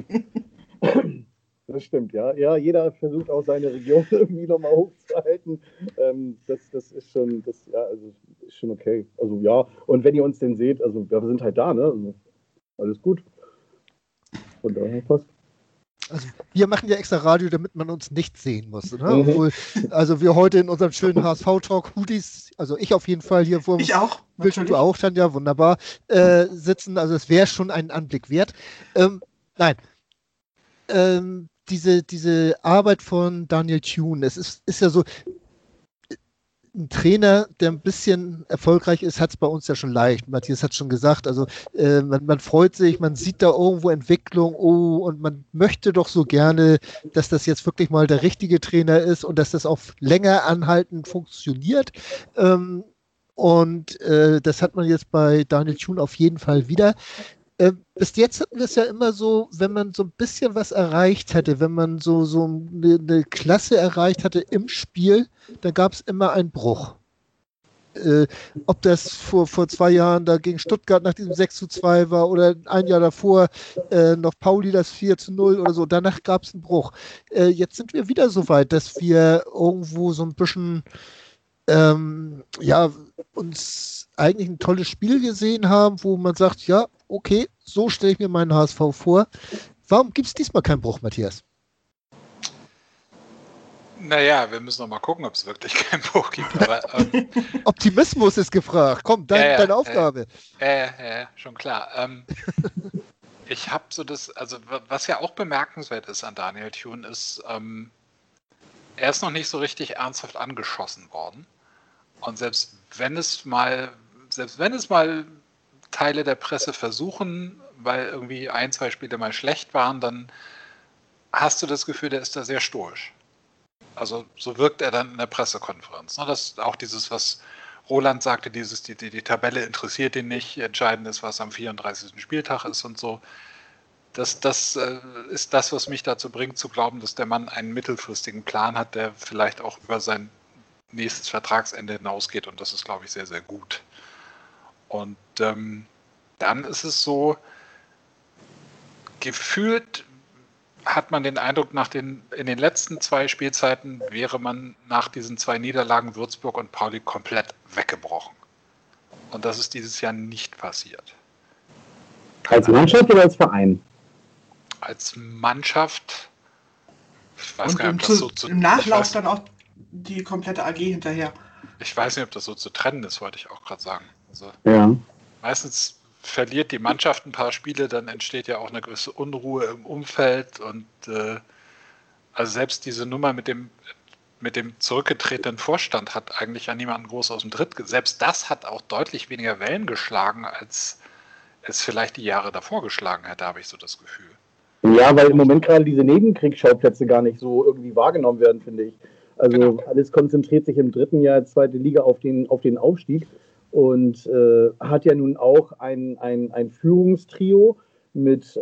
Das stimmt, ja. Ja, jeder versucht auch seine Region irgendwie nochmal hochzuhalten. Das ist schon, ist schon okay. Also ja, und wenn ihr uns denn seht, also wir sind halt da, ne? Also, alles gut. Von daher passt. Also wir machen ja extra Radio, damit man uns nicht sehen muss. Ne? Obwohl, also wir heute in unserem schönen HSV-Talk Hoodies, also ich auf jeden Fall hier vor Ich auch. Willst du auch, Tanja, wunderbar, sitzen. Also es wäre schon einen Anblick wert. Nein. Diese Arbeit von Daniel Thune, es ist ja so, ein Trainer, der ein bisschen erfolgreich ist, hat es bei uns ja schon leicht. Matthias hat es schon gesagt, also man freut sich, man sieht da irgendwo Entwicklung, und man möchte doch so gerne, dass das jetzt wirklich mal der richtige Trainer ist und dass das auch länger anhaltend funktioniert. Das hat man jetzt bei Daniel Thune auf jeden Fall wieder. Bis jetzt hatten wir es ja immer so, wenn man so ein bisschen was erreicht hatte, wenn man so eine Klasse erreicht hatte im Spiel, dann gab es immer einen Bruch. Ob das vor 2 Jahren da gegen Stuttgart nach diesem 6:2 war oder ein Jahr davor noch Pauli das 4:0 oder so, danach gab es einen Bruch. Jetzt sind wir wieder so weit, dass wir irgendwo so ein bisschen uns eigentlich ein tolles Spiel gesehen haben, wo man sagt, ja, okay, so stelle ich mir meinen HSV vor. Warum gibt es diesmal keinen Bruch, Matthias? Naja, wir müssen noch mal gucken, ob es wirklich keinen Bruch gibt. Aber, Optimismus ist gefragt. Komm, deine Aufgabe. Schon klar. Ich habe so also was ja auch bemerkenswert ist an Daniel Thune ist, er ist noch nicht so richtig ernsthaft angeschossen worden. Und selbst wenn es mal Teile der Presse versuchen, weil irgendwie 1, 2 Spiele mal schlecht waren, dann hast du das Gefühl, der ist da sehr stoisch. Also so wirkt er dann in der Pressekonferenz. Das auch dieses, was Roland sagte, die Tabelle interessiert ihn nicht, entscheidend ist, was am 34. Spieltag ist und so. Das ist das, was mich dazu bringt, zu glauben, dass der Mann einen mittelfristigen Plan hat, der vielleicht auch über sein nächstes Vertragsende hinausgeht, und das ist, glaube ich, sehr, sehr gut. Und dann ist es so, gefühlt hat man den Eindruck, in den letzten 2 Spielzeiten wäre man nach diesen 2 Niederlagen Würzburg und Pauli komplett weggebrochen. Und das ist dieses Jahr nicht passiert. Als Mannschaft oder als Verein? Als Mannschaft. Ich weiß und gar nicht, ob das so zu... Im Nachlauf dann auch die komplette AG hinterher. Ich weiß nicht, ob das so zu trennen ist, wollte ich auch gerade sagen. Also, meistens verliert die Mannschaft ein paar Spiele, dann entsteht ja auch eine gewisse Unruhe im Umfeld und also selbst diese Nummer mit dem zurückgetretenen Vorstand hat eigentlich ja niemanden groß aus dem Tritt. Selbst das hat auch deutlich weniger Wellen geschlagen, als es vielleicht die Jahre davor geschlagen hätte, habe ich so das Gefühl. Ja, weil im Moment gerade diese Nebenkriegsschauplätze gar nicht so irgendwie wahrgenommen werden, finde ich. Also alles konzentriert sich im 3. Jahr 2. Liga auf den Aufstieg und hat ja nun auch ein Führungstrio, mit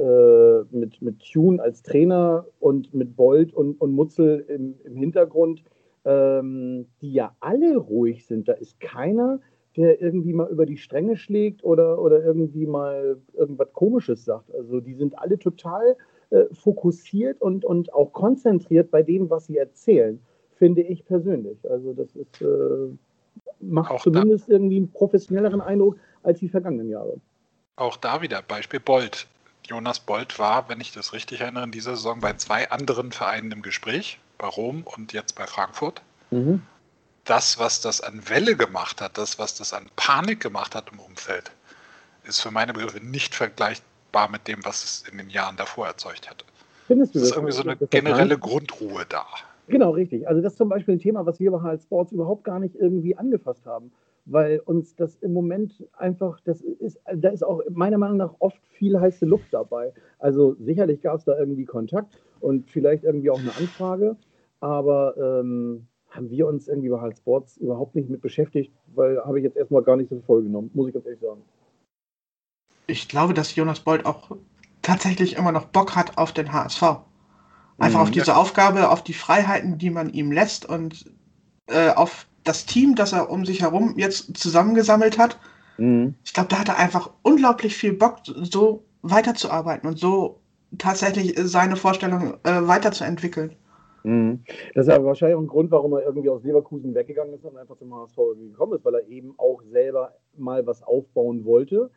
Tune als Trainer und mit Bolt und Mutzel im Hintergrund, die ja alle ruhig sind. Da ist keiner, der irgendwie mal über die Stränge schlägt oder irgendwie mal irgendwas Komisches sagt. Also die sind alle total fokussiert und auch konzentriert bei dem, was sie erzählen, finde ich persönlich. Also das ist, macht auch zumindest irgendwie einen professionelleren Eindruck als die vergangenen Jahre. Auch da wieder Beispiel Bolt. Jonas Bolt war, wenn ich das richtig erinnere, in dieser Saison bei 2 anderen Vereinen im Gespräch, bei Rom und jetzt bei Frankfurt. Mhm. Das, was das an Welle gemacht hat, das, was das an Panik gemacht hat im Umfeld, ist für meine Begriffe nicht vergleichbar mit dem, was es in den Jahren davor erzeugt hätte. Findest du das? Ist irgendwie so eine generelle Grundruhe da. Genau, richtig. Also das ist zum Beispiel ein Thema, was wir bei HL Sports überhaupt gar nicht irgendwie angefasst haben, weil uns das im Moment einfach, da ist auch meiner Meinung nach oft viel heiße Luft dabei. Also sicherlich gab es da irgendwie Kontakt und vielleicht irgendwie auch eine Anfrage, aber haben wir uns irgendwie bei HL Sports überhaupt nicht mit beschäftigt, weil habe ich jetzt erstmal gar nicht so voll genommen, muss ich ganz ehrlich sagen. Ich glaube, dass Jonas Bolt auch tatsächlich immer noch Bock hat auf den HSV. Einfach auf diese Aufgabe, auf die Freiheiten, die man ihm lässt und auf das Team, das er um sich herum jetzt zusammengesammelt hat. Ich glaube, da hat er einfach unglaublich viel Bock, so weiterzuarbeiten und so tatsächlich seine Vorstellung weiterzuentwickeln. Das ist aber wahrscheinlich auch ein Grund, warum er irgendwie aus Leverkusen weggegangen ist und einfach zum HSV gekommen ist, weil er eben auch selber mal was aufbauen wollte.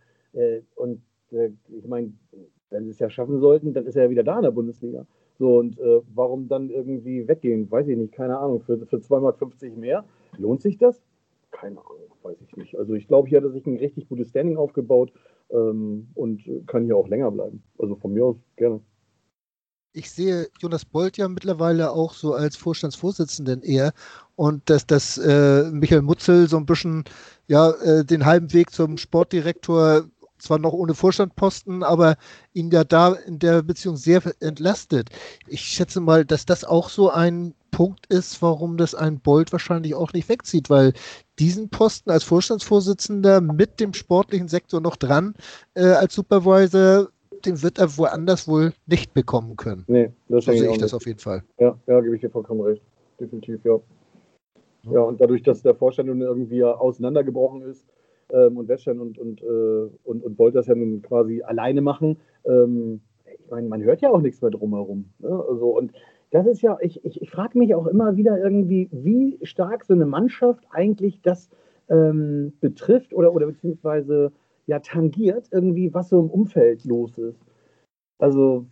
Ich meine, wenn sie es ja schaffen sollten, dann ist er ja wieder da in der Bundesliga. So, und warum dann irgendwie weggehen? Weiß ich nicht, keine Ahnung. Für 2,50 Mark mehr, lohnt sich das? Keine Ahnung, weiß ich nicht. Also ich glaube, hier hat er sich ein richtig gutes Standing aufgebaut und kann hier auch länger bleiben. Also von mir aus gerne. Ich sehe Jonas Bolt ja mittlerweile auch so als Vorstandsvorsitzenden eher und dass Michael Mutzel so ein bisschen den halben Weg zum Sportdirektor, zwar noch ohne Vorstandposten, aber ihn ja da in der Beziehung sehr entlastet. Ich schätze mal, dass das auch so ein Punkt ist, warum das ein Bolt wahrscheinlich auch nicht wegzieht, weil diesen Posten als Vorstandsvorsitzender mit dem sportlichen Sektor noch dran als Supervisor, den wird er woanders wohl nicht bekommen können. Nee, das so sehe ich nicht. das auf jeden Fall. Ja, gebe ich dir vollkommen recht. Definitiv, ja. Ja, und dadurch, dass der Vorstand nun irgendwie auseinandergebrochen ist und Wettstein und Bolt das ja nun quasi alleine machen, ich meine, man hört ja auch nichts mehr drumherum. Ne? Also, und das ist ja, ich frage mich auch immer wieder irgendwie, wie stark so eine Mannschaft eigentlich das betrifft oder beziehungsweise ja tangiert irgendwie, was so im Umfeld los ist. Also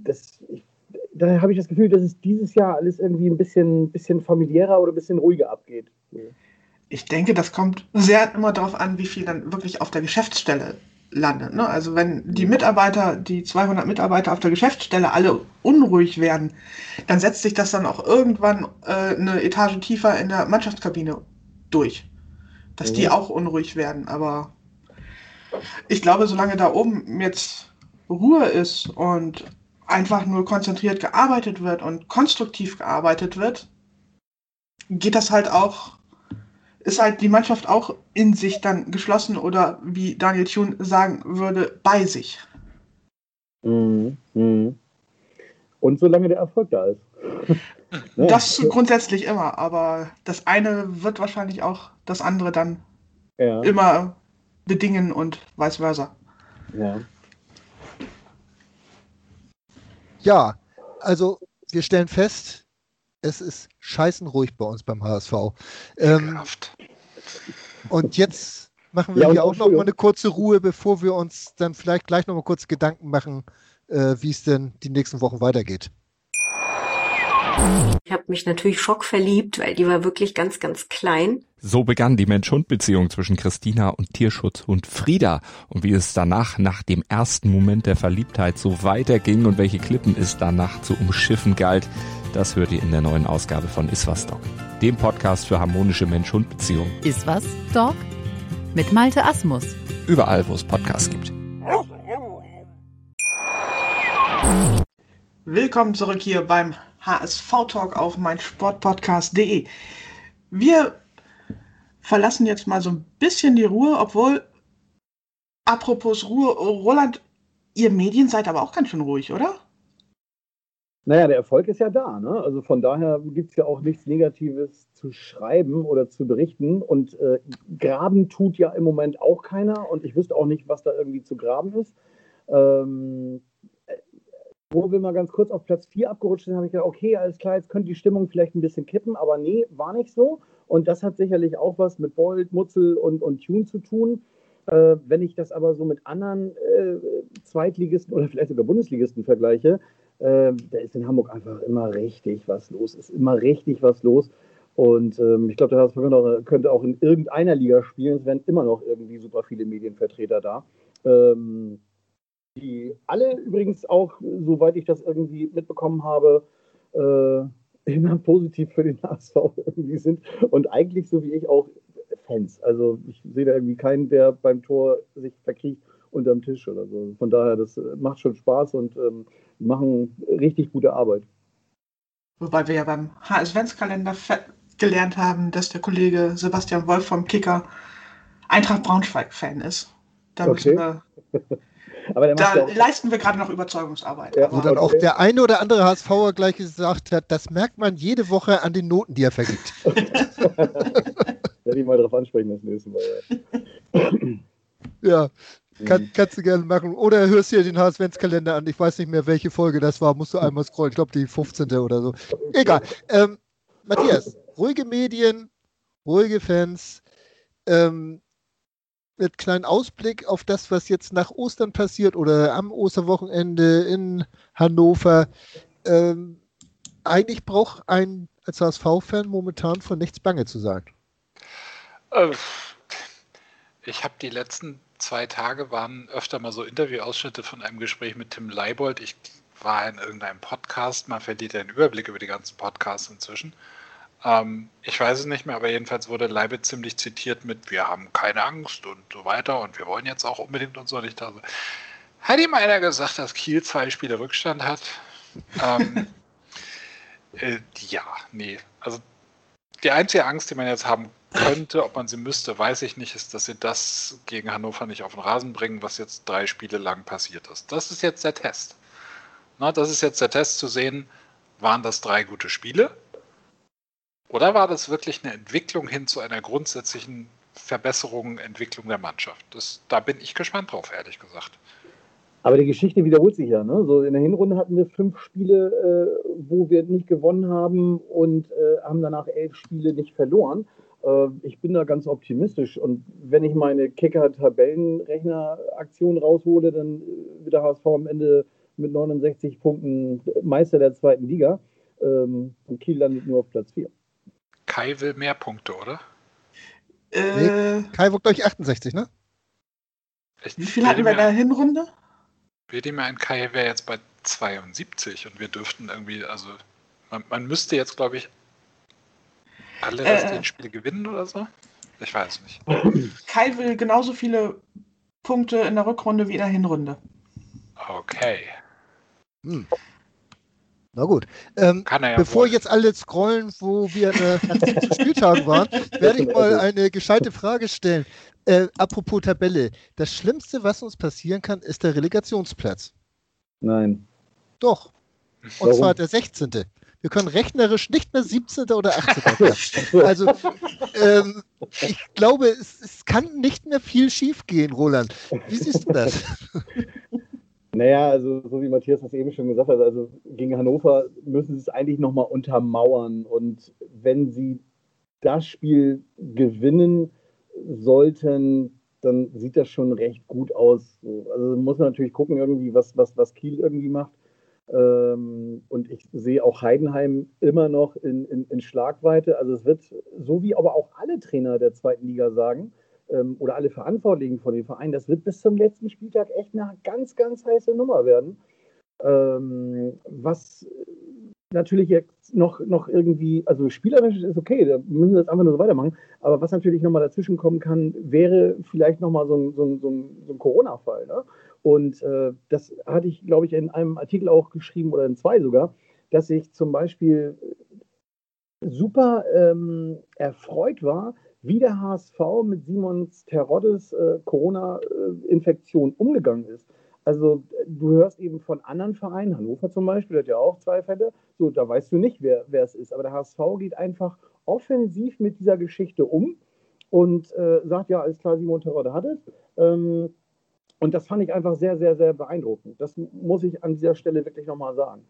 da habe ich das Gefühl, dass es dieses Jahr alles irgendwie ein bisschen familiärer oder ein bisschen ruhiger abgeht. Ich denke, das kommt sehr immer darauf an, wie viel dann wirklich auf der Geschäftsstelle landet. Ne? Also wenn die 200 Mitarbeiter auf der Geschäftsstelle alle unruhig werden, dann setzt sich das dann auch irgendwann eine Etage tiefer in der Mannschaftskabine durch. Dass die auch unruhig werden, aber ich glaube, solange da oben jetzt Ruhe ist und einfach nur konzentriert gearbeitet wird und konstruktiv gearbeitet wird, geht das halt auch, ist halt die Mannschaft auch in sich dann geschlossen oder wie Daniel Thune sagen würde, bei sich. Und solange der Erfolg da ist. Das grundsätzlich immer, aber das eine wird wahrscheinlich auch das andere dann immer bedingen und vice versa. Ja, also wir stellen fest, es ist scheißenruhig bei uns beim HSV. Und jetzt machen wir hier auch noch mal eine kurze Ruhe, bevor wir uns dann vielleicht gleich noch mal kurz Gedanken machen, wie es denn die nächsten Wochen weitergeht. Ich habe mich natürlich schockverliebt, weil die war wirklich ganz, ganz klein. So begann die Mensch-Hund-Beziehung zwischen Christina und Tierschutzhund Frieda. Und wie es danach, nach dem ersten Moment der Verliebtheit, so weiterging und welche Klippen es danach zu umschiffen galt, das hört ihr in der neuen Ausgabe von Iswas Dog, dem Podcast für harmonische Mensch-Hund-Beziehungen. Iswas Dog mit Malte Asmus. Überall, wo es Podcasts gibt. Willkommen zurück hier beim HSV-Talk auf meinsportpodcast.de. Wir verlassen jetzt mal so ein bisschen die Ruhe, obwohl, apropos Ruhe, Roland, ihr Medien seid aber auch ganz schön ruhig, oder? Naja, der Erfolg ist ja da, ne? Also von daher gibt es ja auch nichts Negatives zu schreiben oder zu berichten. Und graben tut ja im Moment auch keiner. Und ich wüsste auch nicht, was da irgendwie zu graben ist. Ähm, Wo wir mal ganz kurz auf Platz 4 abgerutscht sind, habe ich gedacht, okay, alles klar, jetzt könnte die Stimmung vielleicht ein bisschen kippen. Aber nee, war nicht so. Und das hat sicherlich auch was mit Bold, Mutzel und Tune zu tun. Wenn ich das aber so mit anderen Zweitligisten oder vielleicht sogar Bundesligisten vergleiche, da ist in Hamburg einfach immer richtig was los. Ist immer richtig was los. Und ich glaube, der HSV könnte auch in irgendeiner Liga spielen. Es wären immer noch irgendwie super viele Medienvertreter da. Die alle übrigens auch, soweit ich das irgendwie mitbekommen habe, immer positiv für den HSV irgendwie sind. Und eigentlich, so wie ich, auch Fans. Also ich sehe da irgendwie keinen, der beim Tor sich verkriecht unterm Tisch oder so. Von daher, das macht schon Spaß und machen richtig gute Arbeit. Wobei wir ja beim HS-Kalender gelernt haben, dass der Kollege Sebastian Wolf vom Kicker Eintracht Braunschweig-Fan ist. Da müssen wir, aber da leisten wir gerade noch Überzeugungsarbeit. Ja, wo dann auch der eine oder andere HSVer gleich gesagt hat, das merkt man jede Woche an den Noten, die er vergibt. Werde ich mal darauf ansprechen das nächste Mal. Ja. Kannst du gerne machen. Oder hörst dir den HSV-Kalender an. Ich weiß nicht mehr, welche Folge das war. Musst du einmal scrollen. Ich glaube, die 15. oder so. Egal. Matthias, ruhige Medien, ruhige Fans. Mit kleinen Ausblick auf das, was jetzt nach Ostern passiert oder am Osterwochenende in Hannover. Eigentlich braucht ein als HSV-Fan momentan von nichts bange zu sein. Ich habe die letzten 2 Tage waren öfter mal so Interviewausschnitte von einem Gespräch mit Tim Leibold. Ich war in irgendeinem Podcast, man verliert ja einen Überblick über die ganzen Podcasts inzwischen. Ich weiß es nicht mehr, aber jedenfalls wurde Leibold ziemlich zitiert mit, wir haben keine Angst und so weiter und wir wollen jetzt auch unbedingt und so. Und ich dachte, hat ihm einer gesagt, dass Kiel 2 Spiele Rückstand hat? Ja, nee. Also die einzige Angst, die man jetzt haben könnte, ob man sie müsste, weiß ich nicht, ist, dass sie das gegen Hannover nicht auf den Rasen bringen, was jetzt 3 Spiele lang passiert ist. Das ist jetzt der Test. Das ist jetzt der Test zu sehen, waren das 3 gute Spiele? Oder war das wirklich eine Entwicklung hin zu einer grundsätzlichen Verbesserung, Entwicklung der Mannschaft? Da bin ich gespannt drauf, ehrlich gesagt. Aber die Geschichte wiederholt sich ja. Ne? So in der Hinrunde hatten wir 5 Spiele, wo wir nicht gewonnen haben und haben danach 11 Spiele nicht verloren. Ich bin da ganz optimistisch. Und wenn ich meine Kicker-Tabellenrechner-Aktion raushole, dann wird der HSV am Ende mit 69 Punkten Meister der 2. Liga. Und Kiel landet nur auf Platz 4. Kai will mehr Punkte, oder? Nee, Kai wird gleich 68, ne? Wie viel hatten wir in der Hinrunde? Bilde mir ein, Kai wäre jetzt bei 72 und wir dürften irgendwie, also man müsste jetzt, glaube ich, alle restlichen Spiele gewinnen oder so? Ich weiß nicht. Kai will genauso viele Punkte in der Rückrunde wie in der Hinrunde. Okay. Na gut. Ja bevor jetzt alle scrollen, wo wir nach 7 Spieltagen waren, werde ich mal eine gescheite Frage stellen. Apropos Tabelle. Das Schlimmste, was uns passieren kann, ist der Relegationsplatz. Nein. Doch. Und zwar der 16. Wir können rechnerisch nicht mehr 17. oder 18. werden. Also ich glaube, es kann nicht mehr viel schief gehen, Roland. Wie siehst du das? Naja, also so wie Matthias das eben schon gesagt hat, also gegen Hannover müssen sie es eigentlich nochmal untermauern. Und wenn sie das Spiel gewinnen sollten, dann sieht das schon recht gut aus. Also muss man natürlich gucken, irgendwie, was Kiel irgendwie macht. Und ich sehe auch Heidenheim immer noch in Schlagweite. Also es wird, so wie aber auch alle Trainer der 2. Liga sagen, oder alle Verantwortlichen von den Vereinen, das wird bis zum letzten Spieltag echt eine ganz, ganz heiße Nummer werden. Was natürlich jetzt noch irgendwie, also spielerisch ist okay, da müssen wir jetzt einfach nur so weitermachen, aber was natürlich nochmal dazwischen kommen kann, wäre vielleicht nochmal so ein Corona-Fall. Ne? Und das hatte ich, glaube ich, in einem Artikel auch geschrieben oder in 2 sogar, dass ich zum Beispiel super erfreut war, wie der HSV mit Simon Teroddes Corona-Infektion umgegangen ist. Also du hörst eben von anderen Vereinen, Hannover zum Beispiel, hat ja auch 2 Fälle, so, da weißt du nicht, wer es ist. Aber der HSV geht einfach offensiv mit dieser Geschichte um und sagt, ja, alles klar, Simon Terodde hat es. Und das fand ich einfach sehr, sehr, sehr beeindruckend. Das muss ich an dieser Stelle wirklich nochmal sagen.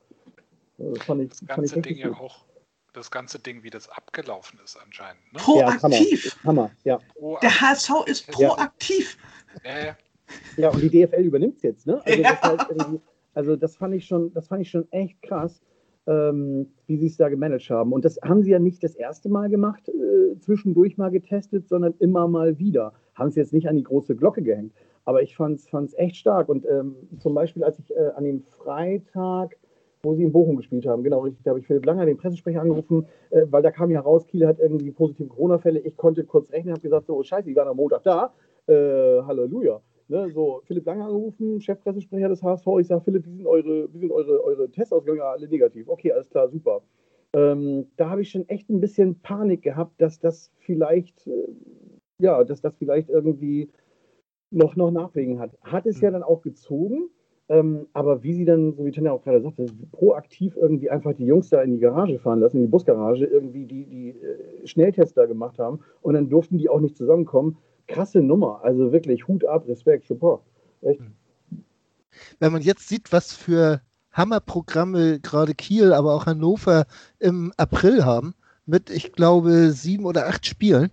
Das ganze Ding, wie das abgelaufen ist anscheinend. Ne? Proaktiv. Ja, Hammer, ja. Der HSV ist proaktiv. Ja, und die DFL übernimmt es jetzt, ne? Also, das fand ich schon echt krass, wie sie es da gemanagt haben. Und das haben sie ja nicht das erste Mal gemacht, zwischendurch mal getestet, sondern immer mal wieder. Haben es jetzt nicht an die große Glocke gehängt. Aber ich fand es echt stark. Und zum Beispiel, als ich an dem Freitag, wo sie in Bochum gespielt haben, genau richtig, da habe ich Philipp Langer, den Pressesprecher, angerufen, weil da kam ja raus, Kiel hat irgendwie positive Corona-Fälle. Ich konnte kurz rechnen, habe gesagt, so, scheiße, die waren am Montag da. Halleluja. Ne, so, Philipp Langer angerufen, Chefpressesprecher des HSV. Ich sage, Philipp, wie sind eure Testausgänge? Ja, alle negativ. Okay, alles klar, super. Da habe ich schon echt ein bisschen Panik gehabt, dass das vielleicht irgendwie noch Nachwehen hat. Hat es ja dann auch gezogen, aber wie sie dann, so wie Tanja auch gerade sagte, proaktiv irgendwie einfach die Jungs da in die Garage fahren lassen, in die Busgarage, irgendwie die Schnelltests da gemacht haben und dann durften die auch nicht zusammenkommen. Krasse Nummer, also wirklich Hut ab, Respekt, Support. Echt. Wenn man jetzt sieht, was für Hammerprogramme gerade Kiel, aber auch Hannover im April haben, mit, ich glaube, 7 oder 8 Spielen,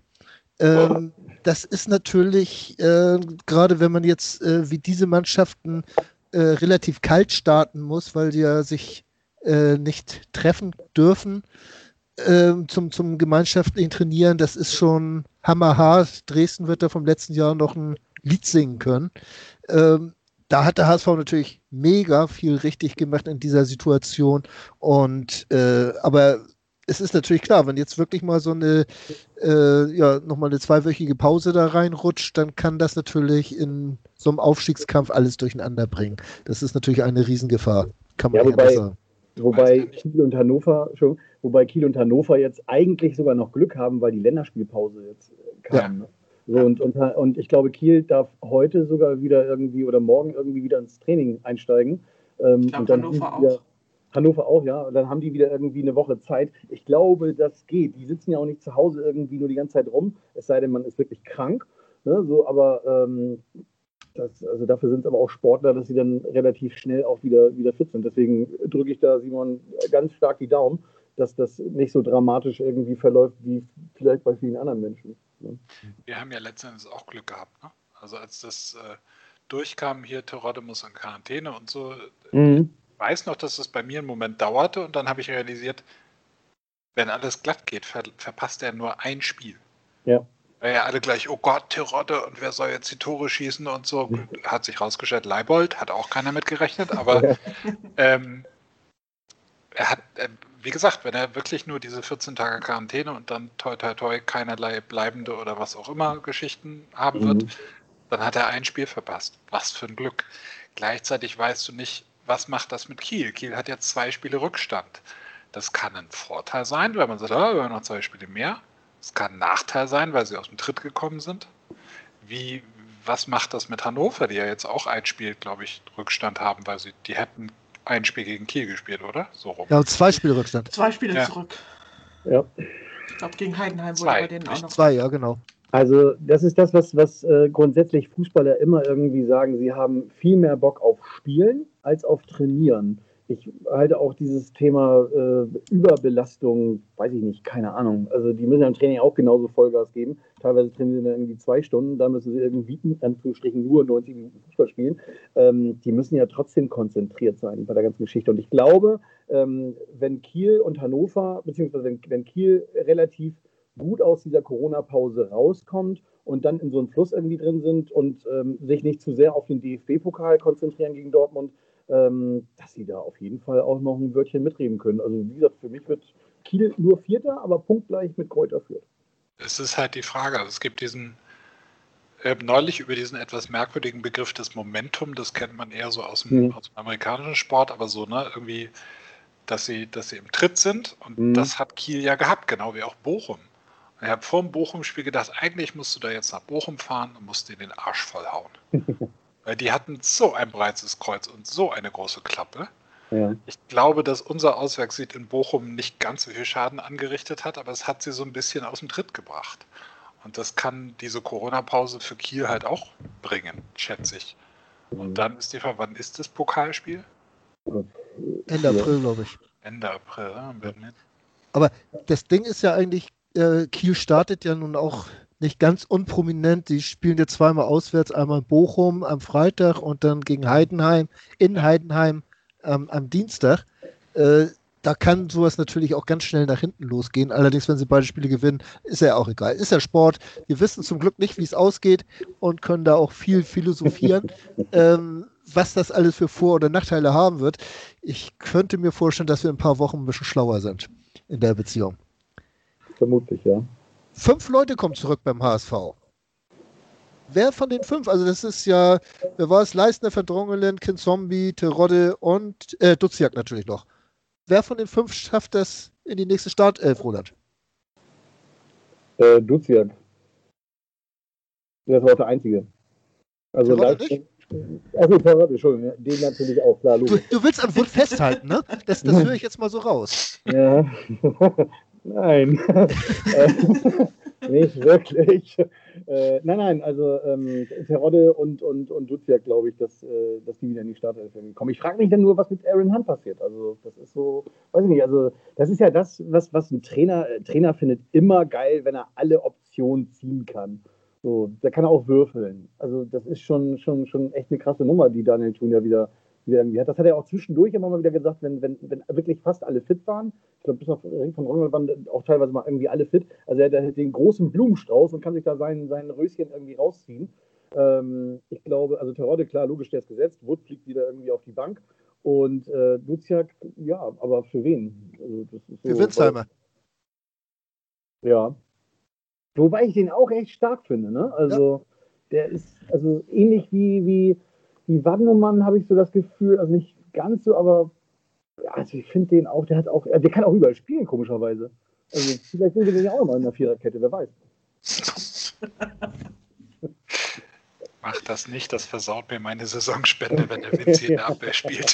das ist natürlich, gerade wenn man jetzt wie diese Mannschaften relativ kalt starten muss, weil sie ja sich nicht treffen dürfen zum gemeinschaftlichen Trainieren, das ist schon hammerhart. Dresden wird da vom letzten Jahr noch ein Lied singen können. Da hat der HSV natürlich mega viel richtig gemacht in dieser Situation. Aber es ist natürlich klar, wenn jetzt wirklich mal so eine nochmal eine 2-wöchige Pause da reinrutscht, dann kann das natürlich in so einem Aufstiegskampf alles durcheinander bringen. Das ist natürlich eine Riesengefahr, kann man nicht anders sagen. Wobei Kiel und Hannover jetzt eigentlich sogar noch Glück haben, weil die Länderspielpause jetzt kam. Ja. So, und ich glaube, Kiel darf heute sogar wieder irgendwie oder morgen irgendwie wieder ins Training einsteigen. Ich glaube, Hannover auch. Hannover auch, ja. Und dann haben die wieder irgendwie eine Woche Zeit. Ich glaube, das geht. Die sitzen ja auch nicht zu Hause irgendwie nur die ganze Zeit rum, es sei denn, man ist wirklich krank. Ne? So, aber dafür sind es aber auch Sportler, dass sie dann relativ schnell auch wieder fit sind. Deswegen drücke ich da Simon ganz stark die Daumen, dass das nicht so dramatisch irgendwie verläuft wie vielleicht bei vielen anderen Menschen. Ne? Wir haben ja letztendlich auch Glück gehabt. Ne? Also als das durchkam, hier Terodde muss in Quarantäne und so, ich weiß noch, dass das bei mir einen Moment dauerte und dann habe ich realisiert, wenn alles glatt geht, verpasst er nur ein Spiel. Ja. Weil ja alle gleich, oh Gott, Terodde und wer soll jetzt die Tore schießen und so. Hat sich rausgestellt, Leibold, hat auch keiner mitgerechnet, aber er hat, wie gesagt, wenn er wirklich nur diese 14 Tage Quarantäne und dann toi toi toi keinerlei bleibende oder was auch immer Geschichten haben wird, dann hat er ein Spiel verpasst. Was für ein Glück. Gleichzeitig weißt du nicht, was macht das mit Kiel. Kiel hat jetzt 2 Spiele Rückstand. Das kann ein Vorteil sein, weil man sagt, wir haben noch 2 Spiele mehr. Es kann ein Nachteil sein, weil sie aus dem Tritt gekommen sind. Was macht das mit Hannover, die ja jetzt auch ein Spiel, glaube ich, Rückstand haben, weil die hätten ein Spiel gegen Kiel gespielt, oder? So rum. Ja, 2 Spiele Rückstand. 2 Spiele zurück. Ja. Ich glaube, gegen Heidenheim wurde bei denen auch noch. 2, ja, genau. Also das ist das, was grundsätzlich Fußballer immer irgendwie sagen. Sie haben viel mehr Bock auf Spielen als auf Trainieren. Ich halte auch dieses Thema Überbelastung, weiß ich nicht, keine Ahnung. Also die müssen ja im Training auch genauso Vollgas geben. Teilweise trainieren sie dann irgendwie 2 Stunden, da müssen sie irgendwie in Anführungsstrichen nur 90 Minuten Fußball spielen. Die müssen ja trotzdem konzentriert sein bei der ganzen Geschichte. Und ich glaube, wenn Kiel und Hannover, beziehungsweise wenn Kiel relativ gut aus dieser Corona-Pause rauskommt und dann in so einem Fluss irgendwie drin sind und sich nicht zu sehr auf den DFB-Pokal konzentrieren gegen Dortmund, dass sie da auf jeden Fall auch noch ein Wörtchen mitreden können. Also wie gesagt, für mich wird Kiel nur Vierter, aber punktgleich mit Kräuter Fürth. Es ist halt die Frage, also es gibt diesen, neulich über diesen etwas merkwürdigen Begriff des Momentum, das kennt man eher so aus dem amerikanischen Sport, aber so, ne, irgendwie, dass sie im Tritt sind und das hat Kiel ja gehabt, genau wie auch Bochum. Ich habe vor dem Bochum-Spiel gedacht, eigentlich musst du da jetzt nach Bochum fahren und musst dir den Arsch vollhauen. Weil die hatten so ein breites Kreuz und so eine große Klappe. Ja. Ich glaube, dass unser Auswärtssieg in Bochum nicht ganz so viel Schaden angerichtet hat, aber es hat sie so ein bisschen aus dem Tritt gebracht. Und das kann diese Corona-Pause für Kiel halt auch bringen, schätze ich. Und dann ist die Frage, wann ist das Pokalspiel? Ende April, glaube ich. Ende April, ja. Aber das Ding ist ja eigentlich, Kiel startet ja nun auch nicht ganz unprominent. Die spielen ja zweimal auswärts, einmal in Bochum am Freitag und dann gegen Heidenheim, in Heidenheim am Dienstag. Da kann sowas natürlich auch ganz schnell nach hinten losgehen. Allerdings, wenn sie beide Spiele gewinnen, ist ja auch egal. Ist ja Sport. Wir wissen zum Glück nicht, wie es ausgeht und können da auch viel philosophieren, was das alles für Vor- oder Nachteile haben wird. Ich könnte mir vorstellen, dass wir in ein paar Wochen ein bisschen schlauer sind in der Beziehung. Vermutlich, ja. 5 Leute kommen zurück beim HSV. Wer von den 5? Also das ist ja, wer war es? Leistner, Verdrongelen, Kinzombie, Terodde und Duziak natürlich noch. Wer von den 5 schafft das in die nächste Startelf, Roland? Duziak. Das war auch der Einzige. Also Terodde nicht? Also Terodde, Entschuldigung, den natürlich auch, klar, logisch. Du willst an Wort festhalten, ne? Das höre ich jetzt mal so raus. Ja. Nein. Nicht wirklich. Nein, also Terodde und Duziak, glaube ich, dass die wieder in die Startelf kommen. Ich frage mich dann nur, was mit Aaron Hunt passiert. Also das ist so, weiß ich nicht, also das ist ja das, was ein Trainer findet immer geil, wenn er alle Optionen ziehen kann. So, der kann auch würfeln. Also das ist schon echt eine krasse Nummer, die Daniel Thun ja wieder irgendwie hat. Das hat er auch zwischendurch immer mal wieder gesagt, wenn wirklich fast alle fit waren. Ich glaube, bis auf Ring von Rongel waren auch teilweise mal irgendwie alle fit. Also er hat den großen Blumenstrauß und kann sich da sein Röschen irgendwie rausziehen. Ich glaube, also Terodde, klar, logisch, der ist gesetzt. Wood fliegt wieder irgendwie auf die Bank. Und Duziak, ja, aber für wen? Also, das ist so, für Winsheimer. Ja. Wobei ich den auch echt stark finde, ne? Also, der ist also ähnlich wie Wagnumann, habe ich so das Gefühl, also nicht ganz so, aber ja, also ich finde den auch, der kann auch überall spielen, komischerweise. Also vielleicht sind wir den ja auch mal in der Viererkette, wer weiß. Mach das nicht, das versaut mir meine Saisonspende, wenn der Vinci in der Abwehr spielt.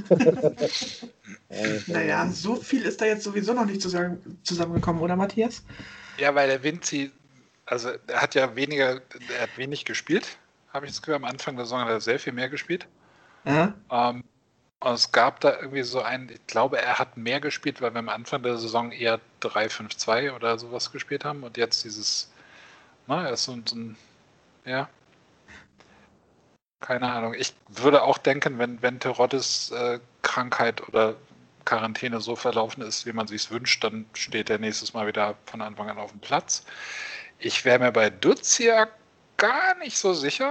Naja, so viel ist da jetzt sowieso noch nicht zusammengekommen, oder Matthias? Ja, weil der Vinci, also er hat wenig gespielt, habe ich das Gefühl. Am Anfang der Saison hat er sehr viel mehr gespielt. Ja. Und es gab da irgendwie so ich glaube, er hat mehr gespielt, weil wir am Anfang der Saison eher 3-5-2 oder sowas gespielt haben und jetzt dieses, er ist so ein, ja, keine Ahnung. Ich würde auch denken, wenn Teroddes Krankheit oder Quarantäne so verlaufen ist, wie man sich wünscht, dann steht er nächstes Mal wieder von Anfang an auf dem Platz. Ich wäre mir bei Duziak gar nicht so sicher,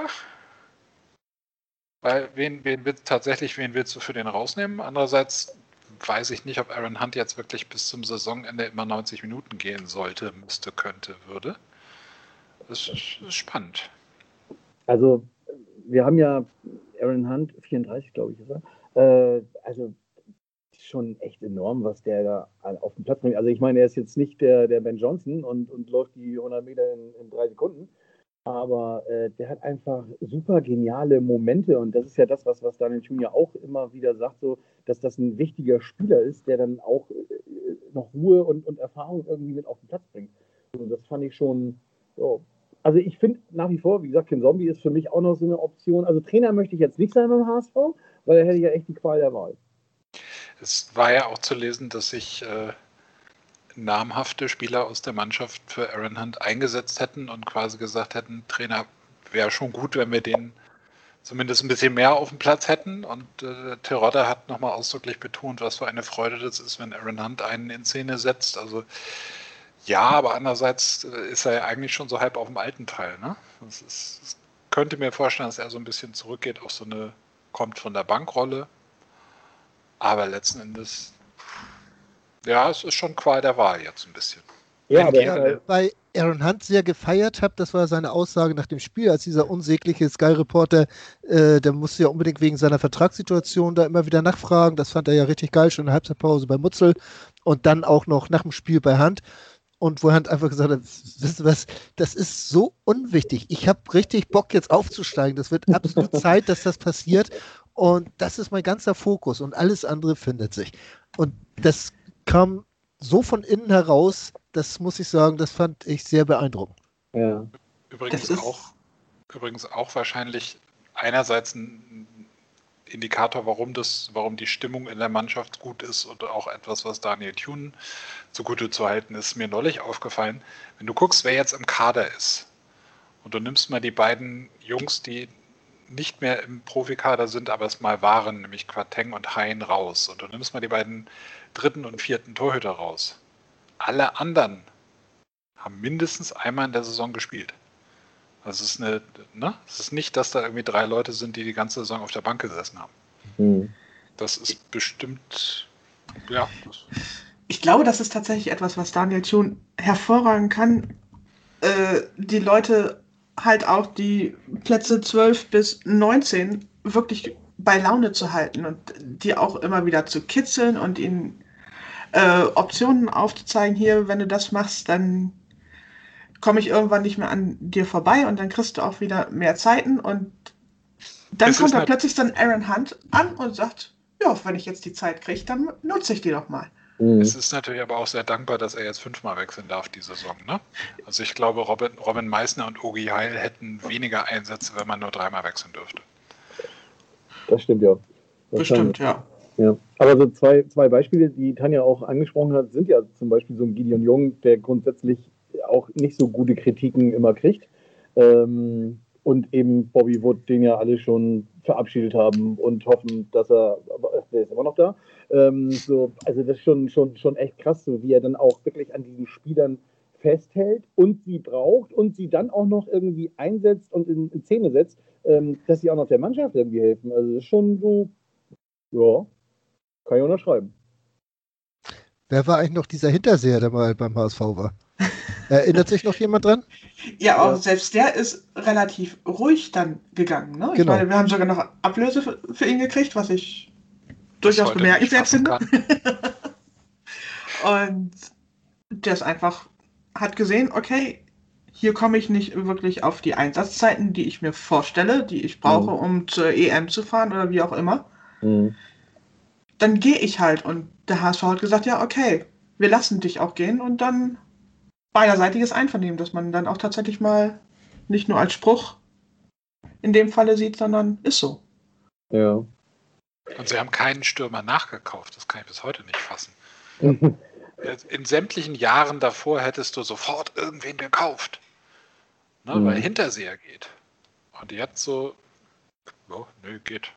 weil wen willst du für den rausnehmen? Andererseits weiß ich nicht, ob Aaron Hunt jetzt wirklich bis zum Saisonende immer 90 Minuten gehen sollte, würde. Das ist spannend. Also wir haben ja Aaron Hunt, 34 glaube ich, ist er. Also schon echt enorm, was der da auf den Platz bringt. Also ich meine, er ist jetzt nicht der Ben Johnson und läuft die 100 Meter in 3 Sekunden, aber der hat einfach super geniale Momente und das ist ja das, was Daniel Thun ja auch immer wieder sagt, so, dass das ein wichtiger Spieler ist, der dann auch noch Ruhe und Erfahrung irgendwie mit auf den Platz bringt. Also das fand ich schon so. Also ich finde nach wie vor, wie gesagt, Kinzombie ist für mich auch noch so eine Option. Also Trainer möchte ich jetzt nicht sein beim HSV, weil da hätte ich ja echt die Qual der Wahl. Es war ja auch zu lesen, dass sich namhafte Spieler aus der Mannschaft für Aaron Hunt eingesetzt hätten und quasi gesagt hätten, Trainer, wäre schon gut, wenn wir den zumindest ein bisschen mehr auf dem Platz hätten. Und Terodde hat nochmal ausdrücklich betont, was für eine Freude das ist, wenn Aaron Hunt einen in Szene setzt. Also ja, aber andererseits ist er ja eigentlich schon so halb auf dem alten Teil. Ne? Ich könnte mir vorstellen, dass er so ein bisschen zurückgeht, auch so kommt von der Bankrolle. Aber letzten Endes, ja, es ist schon Qual der Wahl jetzt ein bisschen. Ja, aber bei Aaron Hunt sehr gefeiert habe, das war seine Aussage nach dem Spiel, als dieser unsägliche Sky-Reporter, der musste ja unbedingt wegen seiner Vertragssituation da immer wieder nachfragen. Das fand er ja richtig geil, schon in der Halbzeitpause bei Mutzel und dann auch noch nach dem Spiel bei Hunt. und wo er einfach gesagt hat, wisst ihr was, das ist so unwichtig. Ich habe richtig Bock jetzt aufzusteigen. Das wird absolut Zeit, dass das passiert und das ist mein ganzer Fokus und alles andere findet sich. Und das kam so von innen heraus, das muss ich sagen, das fand ich sehr beeindruckend. Ja. Übrigens auch wahrscheinlich einerseits ein Indikator, warum die Stimmung in der Mannschaft gut ist und auch etwas, was Daniel Thune zugute zu halten ist, mir neulich aufgefallen. Wenn du guckst, wer jetzt im Kader ist und du nimmst mal die beiden Jungs, die nicht mehr im Profikader sind, aber es mal waren, nämlich Quateng und Hein raus und du nimmst mal die beiden dritten und vierten Torhüter raus. Alle anderen haben mindestens einmal in der Saison gespielt. Also es ist nicht, dass da irgendwie 3 Leute sind, die ganze Saison auf der Bank gesessen haben. Mhm. Das ist bestimmt, ja. Ich glaube, das ist tatsächlich etwas, was Daniel Thune hervorragend kann. Die Leute halt auch die Plätze 12 bis 19 wirklich bei Laune zu halten und die auch immer wieder zu kitzeln und ihnen Optionen aufzuzeigen. Hier, wenn du das machst, dann komme ich irgendwann nicht mehr an dir vorbei und dann kriegst du auch wieder mehr Zeiten und dann kommt da plötzlich dann Aaron Hunt an und sagt, ja, wenn ich jetzt die Zeit kriege, dann nutze ich die doch mal. Es ist natürlich aber auch sehr dankbar, dass er jetzt 5-mal wechseln darf die Saison. Ne? Also ich glaube, Robin Meissner und Ogi Heil hätten weniger Einsätze, wenn man nur 3-mal wechseln dürfte. Das stimmt ja. Bestimmt, ja. Aber so zwei Beispiele, die Tanja auch angesprochen hat, sind ja zum Beispiel so ein Gideon Jung, der grundsätzlich auch nicht so gute Kritiken immer kriegt. Und eben Bobby Wood, den ja alle schon verabschiedet haben und hoffen, dass der ist immer noch da. Also das ist schon echt krass, so wie er dann auch wirklich an diesen Spielern festhält und sie braucht und sie dann auch noch irgendwie einsetzt und in Szene setzt, dass sie auch noch der Mannschaft irgendwie helfen. Also das ist schon so, ja, kann ich unterschreiben. Wer war eigentlich noch dieser Hinterseher, der mal beim HSV war? Erinnert sich noch jemand dran? Ja, auch selbst der ist relativ ruhig dann gegangen. Ne? Ich Genau. meine, wir haben sogar noch Ablöse für ihn gekriegt, was ich durchaus bemerkenswert finde. Und der ist einfach, hat gesehen, okay, hier komme ich nicht wirklich auf die Einsatzzeiten, die ich mir vorstelle, die ich brauche, um zur EM zu fahren oder wie auch immer. Dann gehe ich halt. Und der HSV hat gesagt, ja, okay, wir lassen dich auch gehen und dann beiderseitiges Einvernehmen, dass man dann auch tatsächlich mal nicht nur als Spruch in dem Falle sieht, sondern ist so. Ja. Und sie haben keinen Stürmer nachgekauft, das kann ich bis heute nicht fassen. In sämtlichen Jahren davor hättest du sofort irgendwen gekauft, ne, weil Hinterseher geht. Und jetzt so, geht.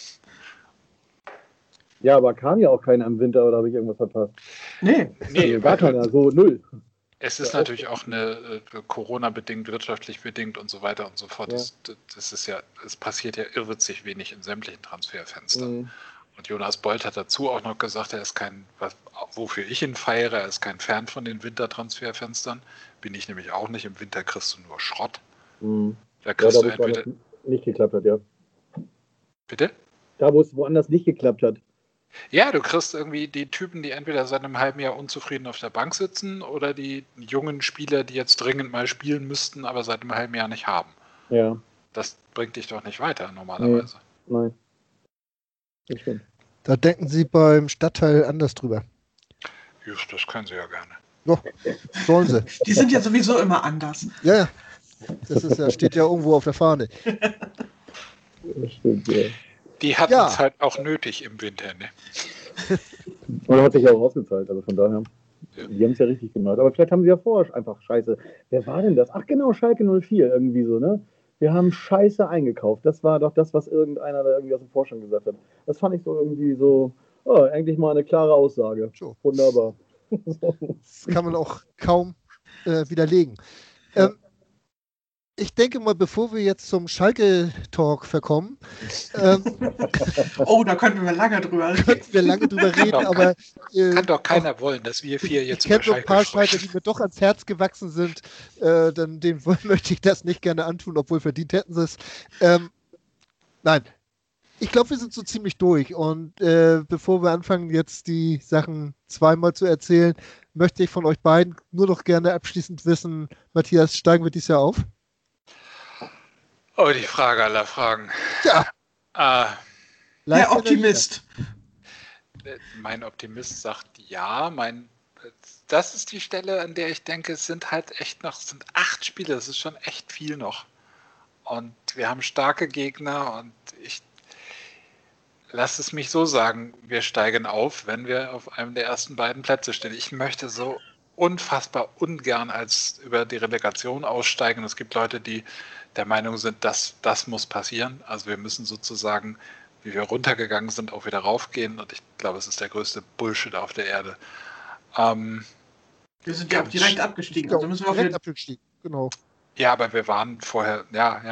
Ja, aber kam ja auch keiner im Winter, oder habe ich irgendwas verpasst? Nee, also gar keiner, so null. Es ist natürlich auch eine Corona-bedingt, wirtschaftlich bedingt und so weiter und so fort. Ja. Es passiert ja irrwitzig wenig in sämtlichen Transferfenstern. Und Jonas Bolt hat dazu auch noch gesagt, er ist wofür ich ihn feiere, er ist kein Fan von den Wintertransferfenstern. Bin ich nämlich auch nicht. Im Winter kriegst du nur Schrott. Da kriegst du entweder nicht geklappt hat, ja. Bitte? Da, wo es woanders nicht geklappt hat. Ja, du kriegst irgendwie die Typen, die entweder seit einem halben Jahr unzufrieden auf der Bank sitzen oder die jungen Spieler, die jetzt dringend mal spielen müssten, aber seit einem halben Jahr nicht haben. Ja. Das bringt dich doch nicht weiter normalerweise. Nein. Das stimmt. Da denken Sie beim Stadtteil anders drüber. Just, das können sie ja gerne. Doch, sollen sie. Die sind ja sowieso immer anders. Ja. Das steht ja irgendwo auf der Fahne. Das stimmt, ja. Die hatten es halt auch nötig im Winter, ne? Und hat sich ja auch ausgezahlt, also von daher. Ja. Die haben es ja richtig gemacht. Aber vielleicht haben sie ja vorher einfach Scheiße. Wer war denn das? Ach genau, Schalke 04 irgendwie so, ne? Wir haben Scheiße eingekauft. Das war doch das, was irgendeiner da irgendwie aus dem Vorstand gesagt hat. Das fand ich so irgendwie so, eigentlich mal eine klare Aussage. So. Wunderbar. Das kann man auch kaum widerlegen. Ich denke mal, bevor wir jetzt zum Schalke-Talk verkommen. Da könnten wir lange drüber reden. Aber kann doch keiner wollen, dass wir 4 jetzt über Schalke. Ich kenne so ein paar Schalke, die mir doch ans Herz gewachsen sind. Denen möchte ich das nicht gerne antun, obwohl verdient hätten sie es. Nein. Ich glaube, wir sind so ziemlich durch. Und bevor wir anfangen, jetzt die Sachen zweimal zu erzählen, möchte ich von euch beiden nur noch gerne abschließend wissen, Matthias, steigen wir dieses Jahr auf? Oh, die Frage aller Fragen. Ja. Der Optimist. Mein Optimist sagt ja. Das ist die Stelle, an der ich denke, es sind 8 Spiele, das ist schon echt viel noch. Und wir haben starke Gegner und lass es mich so sagen, wir steigen auf, wenn wir auf einem der ersten beiden Plätze stehen. Ich möchte so unfassbar ungern als über die Relegation aussteigen. Es gibt Leute, die der Meinung sind, dass das muss passieren. Also wir müssen sozusagen, wie wir runtergegangen sind, auch wieder raufgehen. Und ich glaube, es ist der größte Bullshit auf der Erde. Wir sind ja auch direkt abgestiegen. Also müssen wir direkt abgestiegen, genau. Ja, aber wir waren vorher,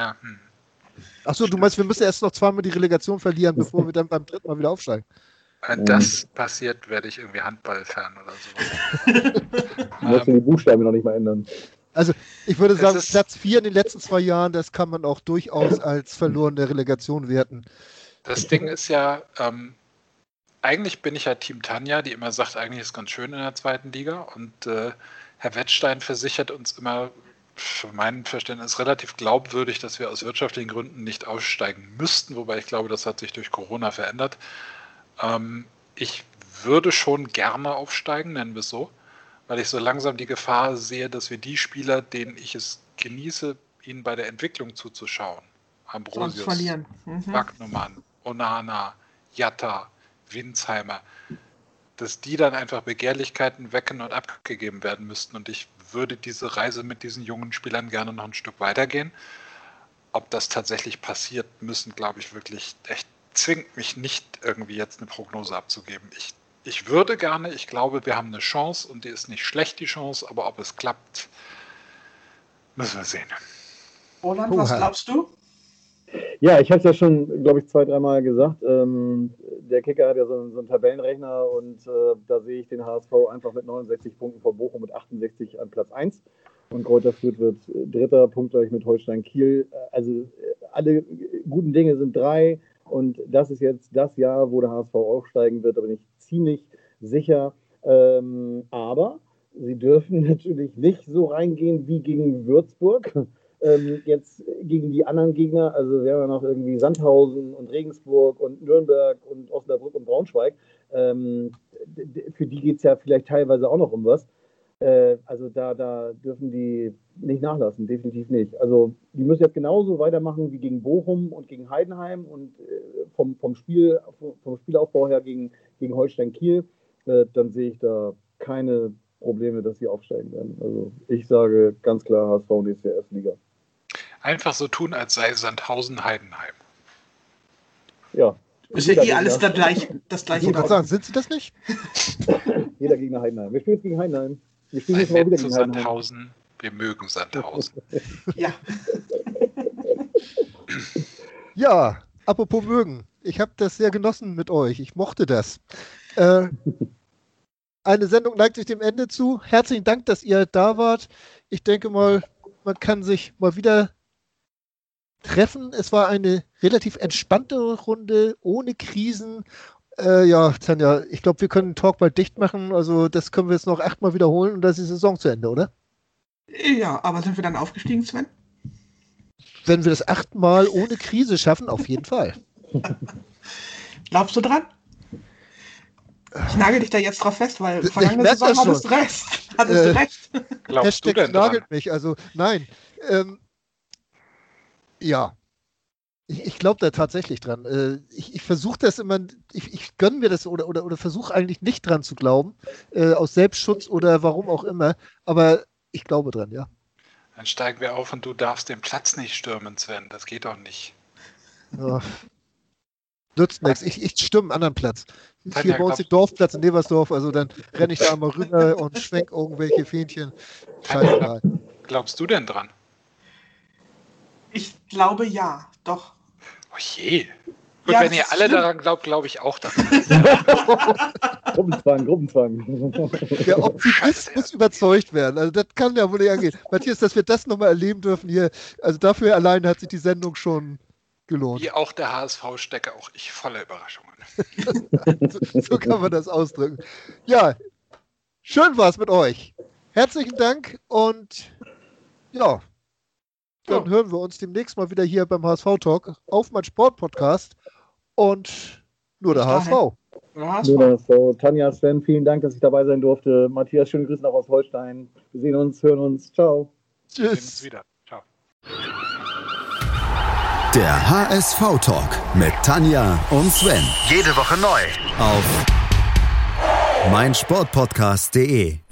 Achso, du meinst, wir müssen erst noch zweimal die Relegation verlieren, bevor wir dann beim dritten Mal wieder aufsteigen? Wenn das passiert, werde ich irgendwie Handball-Fan oder so. Du musst die Buchstaben noch nicht mal ändern. Also ich würde sagen, Platz 4 in den letzten 2 Jahren, das kann man auch durchaus als verlorene Relegation werten. Das Ding ist ja, eigentlich bin ich ja Team Tanja, die immer sagt, eigentlich ist es ganz schön in der zweiten Liga. Und Herr Wettstein versichert uns immer, für mein Verständnis relativ glaubwürdig, dass wir aus wirtschaftlichen Gründen nicht aussteigen müssten, wobei ich glaube, das hat sich durch Corona verändert. Ich würde schon gerne aufsteigen, nennen wir es so, weil ich so langsam die Gefahr sehe, dass wir die Spieler, denen ich es genieße, ihnen bei der Entwicklung zuzuschauen, Ambrosius, Wagnumann, Onana, Jatta, Winsheimer, dass die dann einfach Begehrlichkeiten wecken und abgegeben werden müssten. Und ich würde diese Reise mit diesen jungen Spielern gerne noch ein Stück weitergehen. Ob das tatsächlich passiert, müssen, glaube ich, wirklich echt zwingt mich nicht, irgendwie jetzt eine Prognose abzugeben. Ich würde gerne, ich glaube, wir haben eine Chance und die ist nicht schlecht, die Chance, aber ob es klappt, müssen wir sehen. Roland, was glaubst du? Ja, ich habe es ja schon, glaube ich, 2-3 Mal gesagt. Der Kicker hat ja so einen Tabellenrechner und da sehe ich den HSV einfach mit 69 Punkten vor Bochum mit 68 an Platz 1. Und Greuther Fürth wird dritter, punktgleich mit Holstein Kiel. Also alle guten Dinge sind 3 und das ist jetzt das Jahr, wo der HSV aufsteigen wird. Da bin ich ziemlich sicher. Aber sie dürfen natürlich nicht so reingehen wie gegen Würzburg. Jetzt gegen die anderen Gegner, also wir haben ja noch irgendwie Sandhausen und Regensburg und Nürnberg und Osnabrück und Braunschweig. Für die geht es ja vielleicht teilweise auch noch um was. Also da dürfen die nicht nachlassen, definitiv nicht. Also die müssen jetzt genauso weitermachen wie gegen Bochum und gegen Heidenheim und vom Spielaufbau her gegen Holstein Kiel, dann sehe ich da keine Probleme, dass sie aufsteigen werden. Also ich sage ganz klar HSV nächstes Jahr Erstliga. Einfach so tun, als sei Sandhausen Heidenheim. Ja. Ist ja alles das gleiche. Ich würde sagen, sind sie das nicht? Jeder gegen Heidenheim. Wir spielen jetzt gegen Heidenheim. Wir spielen jetzt mal wieder gegen Sandhausen. Wir mögen Sandhausen. Ja. Ja, apropos mögen. Ich habe das sehr genossen mit euch. Ich mochte das. Eine Sendung neigt sich dem Ende zu. Herzlichen Dank, dass ihr da wart. Ich denke mal, man kann sich mal wieder treffen. Es war eine relativ entspannte Runde, ohne Krisen. Ja, Tanja, ich glaube, wir können den Talk bald dicht machen. Also das können wir jetzt noch 8-mal wiederholen und dann ist die Saison zu Ende, oder? Ja, aber sind wir dann aufgestiegen, Sven? Wenn wir das 8-mal ohne Krise schaffen, auf jeden Fall. Glaubst du dran? Ich nagel dich da jetzt drauf fest, weil vergangene Saison hattest du recht. Glaubst du denn nagelt dran? mich, also nein. Ja. Ich glaube da tatsächlich dran. Ich versuche das immer, ich gönne mir das oder versuche eigentlich nicht dran zu glauben, aus Selbstschutz oder warum auch immer, aber ich glaube dran, ja. Dann steigen wir auf und du darfst den Platz nicht stürmen, Sven. Das geht doch nicht. Ja. Nützt nichts. Ich stürme einen anderen Platz. Tanja, Hier bei uns den Dorfplatz in Neversdorf, also dann renne ich da mal rüber und schwenk irgendwelche Fähnchen. Scheißegal. Glaubst du denn dran? Ich glaube ja, doch. Oh je. Gut, Ja, wenn ihr das alle stimmt. daran glaubt, glaube ich auch daran. Gruppenzwang. Der Optimist muss überzeugt werden. Also das kann ja wohl nicht angehen. Matthias, dass wir das nochmal erleben dürfen hier, also dafür allein hat sich die Sendung schon gelohnt. Wie auch der HSV stecke auch ich voller Überraschungen. So kann man das ausdrücken. Ja, schön war's mit euch. Herzlichen Dank und ja, dann hören wir uns demnächst mal wieder hier beim HSV-Talk auf mein Sport-Podcast und nur der HSV. Nur der HSV. Tanja, Sven, vielen Dank, dass ich dabei sein durfte. Matthias, schöne Grüße noch aus Holstein. Wir sehen uns, hören uns. Ciao. Tschüss. Wir sehen uns wieder. Ciao. Der HSV-Talk mit Tanja und Sven. Jede Woche neu. Auf meinsportpodcast.de